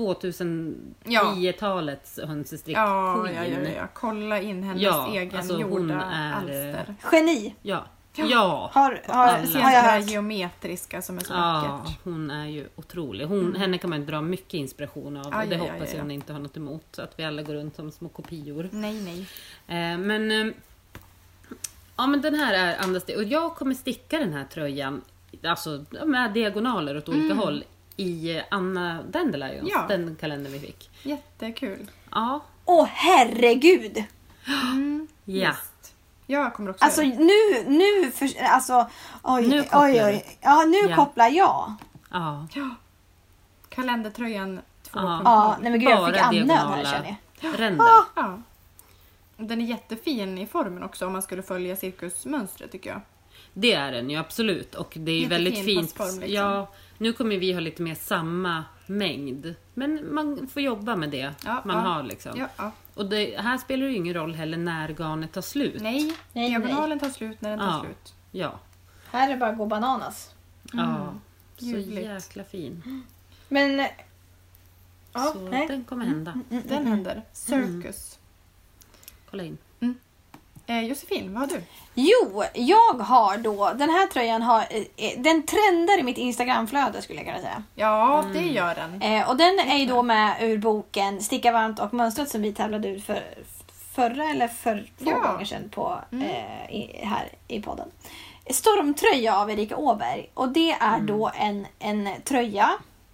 tvåtusentio-talets hönsestrick Ja, ja, ja, ja. Kolla in hennes Ja, egen alltså hon gjorda är, alster. Geni. Ja, ja. Har, har, Alla. har Speciellt jag det här hört. geometriska som är så Ja, vackert. hon är ju otrolig. Hon, Henne kan man dra mycket inspiration av. Aj, och det aj, hoppas aj, jag aj. hon inte har något emot. Så att vi alla går runt som små kopior. Nej, nej. Eh, men eh, ja, men den här är andas det. Och jag kommer sticka den här tröjan alltså med diagonaler åt olika håll i Anna Dandelions, Ja. den kalendern vi fick. Jättekul. Ja, Åh herregud! Mm, ja. visst. Jag kommer också Alltså göra nu, nu, för, alltså oj, Nu kopplar oj, du. oj. Ja, nu Ja. kopplar jag. Ja, det. Ja. Kalendertröjan två punkt noll. Ja, nej men gud jag Bara fick andnöd här diagonala. känner jag. ränder. Ah. Ja. Den är jättefin i formen också om man skulle följa cirkusmönstret tycker jag. Det är den ju absolut. Och det är ju Jättefin väldigt fint. passform, liksom. Ja, nu kommer vi ha lite mer samma mängd. Men man får jobba med det Ja, man ja. har liksom. Ja, ja. Och det, här spelar det ju ingen roll heller när garnet tar slut. Nej, Nej, diagonalen tar slut när den tar Ja. slut. Ja, Här är det bara att gå bananas. ja. Så ljuvligt. jäkla fin. Men Ja, Så nej. den kommer hända. Mm, mm, Den mm. händer. Circus. Kolla in. Eh, Josefin, vad har du? Jo, jag har då, den här tröjan har, eh, den trendar i mitt Instagramflöde skulle jag kunna säga. Ja, det gör den. Eh, och den är ju då med ur boken Sticka varmt och mönstret som vi tävlade ut för förra eller för två Ja. gånger sedan på, Mm. eh, i, här i podden. Stormtröja av Erika Åberg och det är då en, en tröja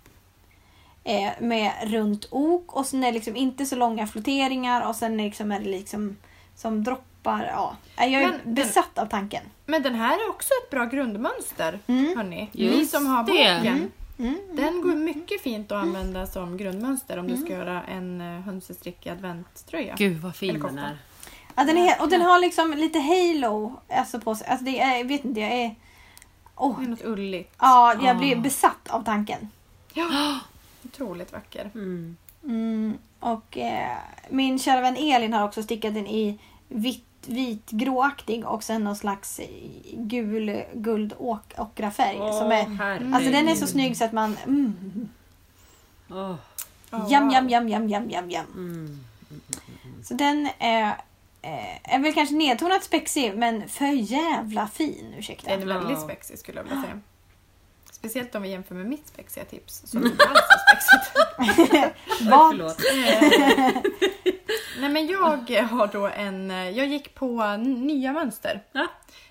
eh, med runt ok och sen är det liksom inte så långa flotteringar och sen är, liksom, är det liksom som droppar. Ja. Jag är Men den- besatt av tanken. Men den här är också ett bra grundmönster, Mm. hörni. Just Ni som har det. boken. Mm. Den går mycket fint att använda som grundmönster om du ska göra en uh, hönsestrickig adventtröja. Gud vad fin Eller den kofta. är. Ja, den är, och den har liksom lite halo alltså på sig. Alltså det är, jag vet inte, jag är... Oh, Det är något ulligt. ja, jag blir Ah. besatt av tanken. Ja, otroligt vacker. Mm. Mm, och eh, min kära vän Elin har också stickat den i vitt, vit gråaktig och sen någon slags gul guld och ockrafärg. som är, herregud. alltså den är så snygg så att man... Mm, Åh, Oh, jam, wow. jam, jam, jam, jam, jam, jam. mm. Så den är, eh, är väl kanske nedtonat spexig men för jävla fin, ursäkta. Den är väldigt Ja. spexig skulle jag vilja säga. Speciellt om vi jämför med mitt spexiga tips. Som inte alls är spexigt. Vad? Förlåt. Eh, Nej men jag har då en... Jag gick på nya mönster. Ja.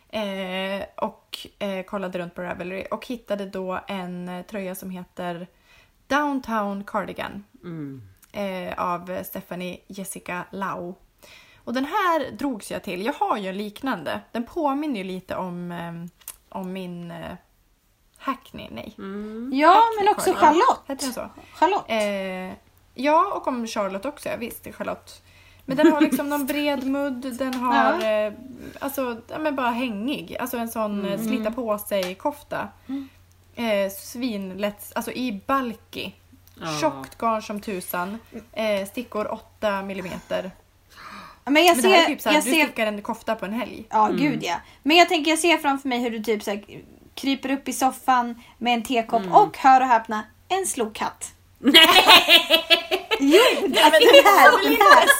Eh, och eh, kollade runt på Ravelry och hittade då en eh, tröja som heter Downtown Cardigan. Mm. Eh, av Stephanie Jessica Lau. Och den här drogs jag till. Jag har ju en liknande. Den påminner ju lite om, eh, om min eh, Hackney. Nej. Mm. Ja, men också Charlotte. Heter den så? Charlotte. Eh, ja, och om Charlotte också. Ja, visst, det är Charlotte. Men den har liksom någon bred mudd. Den har Ja. eh, alltså, ja, men bara hängig. Alltså en sån mm. slita på sig kofta. Mm. Eh, svinlätt, alltså i bulky. Ja. Tjockt garn som tusan. Eh, stickor åtta millimeter. Men jag Men det här är ser... typ såhär, Jag du ser stickar en kofta på en helg. ja, Mm. gud ja. Men jag tänker, jag ser framför mig hur du typ så här, kryper upp i soffan med en tekopp Mm. och, hör och häpna, en slokhatt. Jo, alltså den här, den här.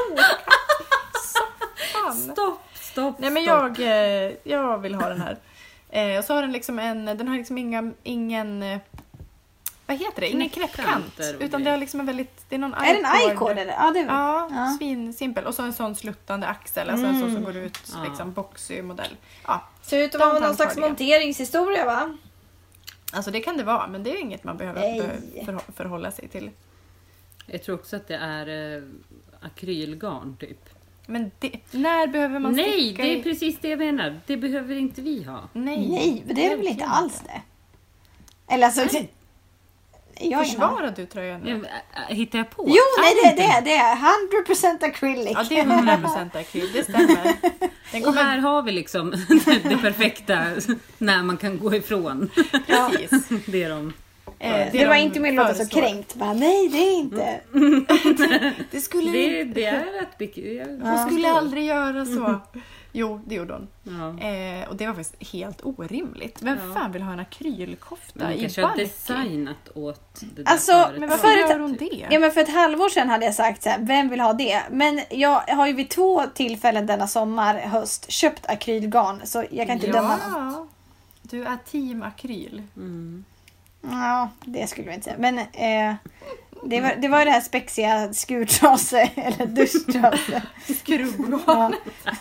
Fan. Stopp, stopp, Nej men stopp. jag, eh, jag vill ha den här. Eh, och så har den liksom en, den har liksom inga, ingen, eh, vad heter det? Ingen Knäppkanter knäppkant. och Utan det grejer. är liksom en väldigt, det är någon Är det en i-cord. i-cord eller? Ja, det är Ja, Ja. svinsimpel. Och så en sån sluttande axel, alltså en sån som Mm. går ut, Ja. liksom boxy modell. Ja, Ser ut att vara Downtown någon slags Cardigan. monteringshistoria, va? alltså det kan det vara, men det är inget man behöver Nej. be- förhå- förhålla sig till. Jag tror också att det är eh, akrylgarn typ. Men det, när behöver man Nej, sticka det är i... precis det jag menar. Det behöver inte vi ha. Nej. Nej, men det är det väl inte verkligen alls det? Eller alltså... Det, jag Försvarar du tröjan nu? Ja, äh, Hittar jag på? Jo, Kan nej det, inte det, är, det är hundra procent acrylic. Ja, det är hundra procent akryl, det stämmer. Den Och kommer... här har vi liksom det perfekta när man kan gå ifrån. Precis. Det är de. Eh, det var de inte min låta så föreslår. kränkt. Bara, nej, det är inte. Det skulle, Det, det är att bli... jag hon Ja. skulle aldrig göra så. Jo, det gjorde hon. Ja. Eh, och det var faktiskt helt orimligt. Vem Ja. fan vill ha en akrylkofta Men hon i kanske har bulky? designat åt det där Alltså, företaget. Men varför För ett- gör hon det? Ja, men för ett halvår sedan hade jag sagt så här, vem vill ha det? Men jag har ju vid två tillfällen denna sommar, höst, köpt akrylgarn. Så jag kan inte döma någon. Ja, du är team akryl. Mm. Ja, det skulle jag inte säga. Men eh, det, var, det var ju det här spexiga skurtrase, eller duschtrase. Skrubbgarn. Ja.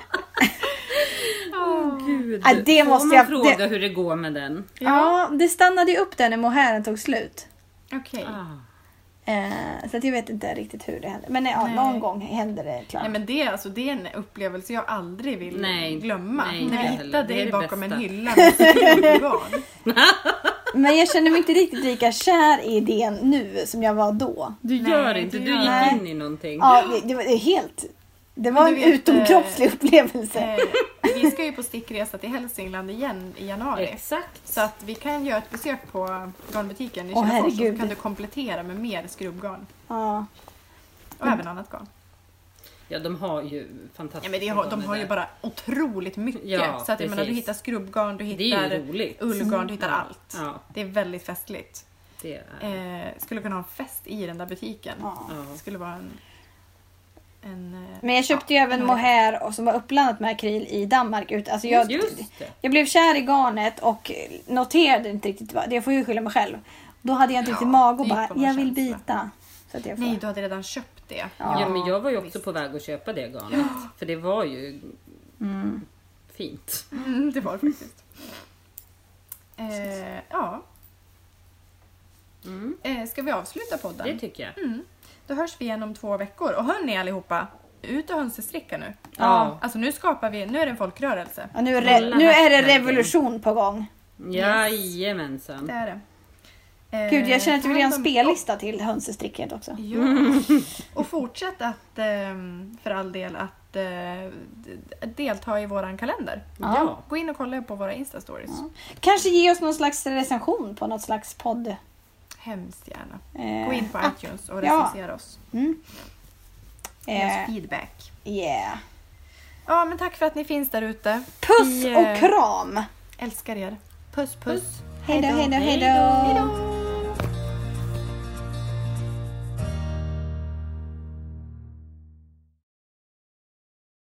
Åh gud. Ja, det Får måste man jag- fråga det- hur det går med den? Ja, det stannade ju upp där när mohären tog slut. Okej. Ah. Eh, så att jag vet inte riktigt hur det hände. Men ja, Nej. någon gång hände det klart. Nej men det, alltså, det är en upplevelse jag aldrig vill Nej, glömma. nej, När vi nej, hittade det är dig det bakom bästa. en hylla med skrubbgarn. Men jag känner mig inte riktigt lika kär i idén nu som jag var då. Du Nej, gör inte, det du gör- gick Nej. in i någonting. Ja, det, det var det är helt... Det var Men en du vet, utomkroppslig upplevelse. Eh, vi ska ju på stickresa till Hälsingland igen i januari. Exakt. Så att vi kan göra ett besök på garnbutiken i Åh, Kilafors och så herregud. kan du komplettera med mer skrubbgarn. Ja. Och även annat garn. Ja, de har ju Ja, fantastiska men det har, de har ju där. bara otroligt mycket. Ja, så att jag menar, du precis. hittar skrubbgarn, du Det är hittar ju roligt. ullgarn, du hittar Ja. allt. Ja. Det är väldigt festligt. Det är... Eh, skulle kunna ha en fest i den där butiken. Ja. Det skulle vara en... en eh, Men jag köpte ju ja, även en- mohair och som var uppblandat med akryl i Danmark. Ut. Alltså jag, Just det. jag blev kär i garnet och noterade inte riktigt vad. Jag får ju skylla mig själv. Då hade jag inte Ja, riktigt mag det och gick bara, på någon jag vill känsla. byta. Så att jag får. Nej, du hade redan köpt det. Ja. Ja, men jag var ju också visst. på väg att köpa det garnet. För det var ju Mm. fint. Mm, det var det faktiskt. Eh, ja, Mm, eh, ska vi avsluta podden? det tycker jag. Mm. Då hörs vi igen om två veckor. Och hörni allihopa, ut och hönsestricka nu. Ja. Alltså nu skapar vi, nu är det en folkrörelse. Ja, nu, är re- nu är det revolution på gång. Jajamensan. Det är det. Eh, Gud, jag känner att jag vill göra en ta hand om- spellista till hönsestricket också. Ja. Och fortsätt att, ehm, för all del, att eh, d- delta i våran kalender. Ja. Gå in och kolla på våra Insta-stories. Ja. Kanske ge oss någon slags recension på något slags podd. Hemskt gärna. Eh, Gå in på ah, iTunes och ja. recensera oss. Mm. Ge oss Eh, feedback. yeah. Ja, men tack för att ni finns där ute. Puss Vi, och eh, kram! Älskar er. Puss, puss. Hej då, hej då, hej Hej då! då. Hej då!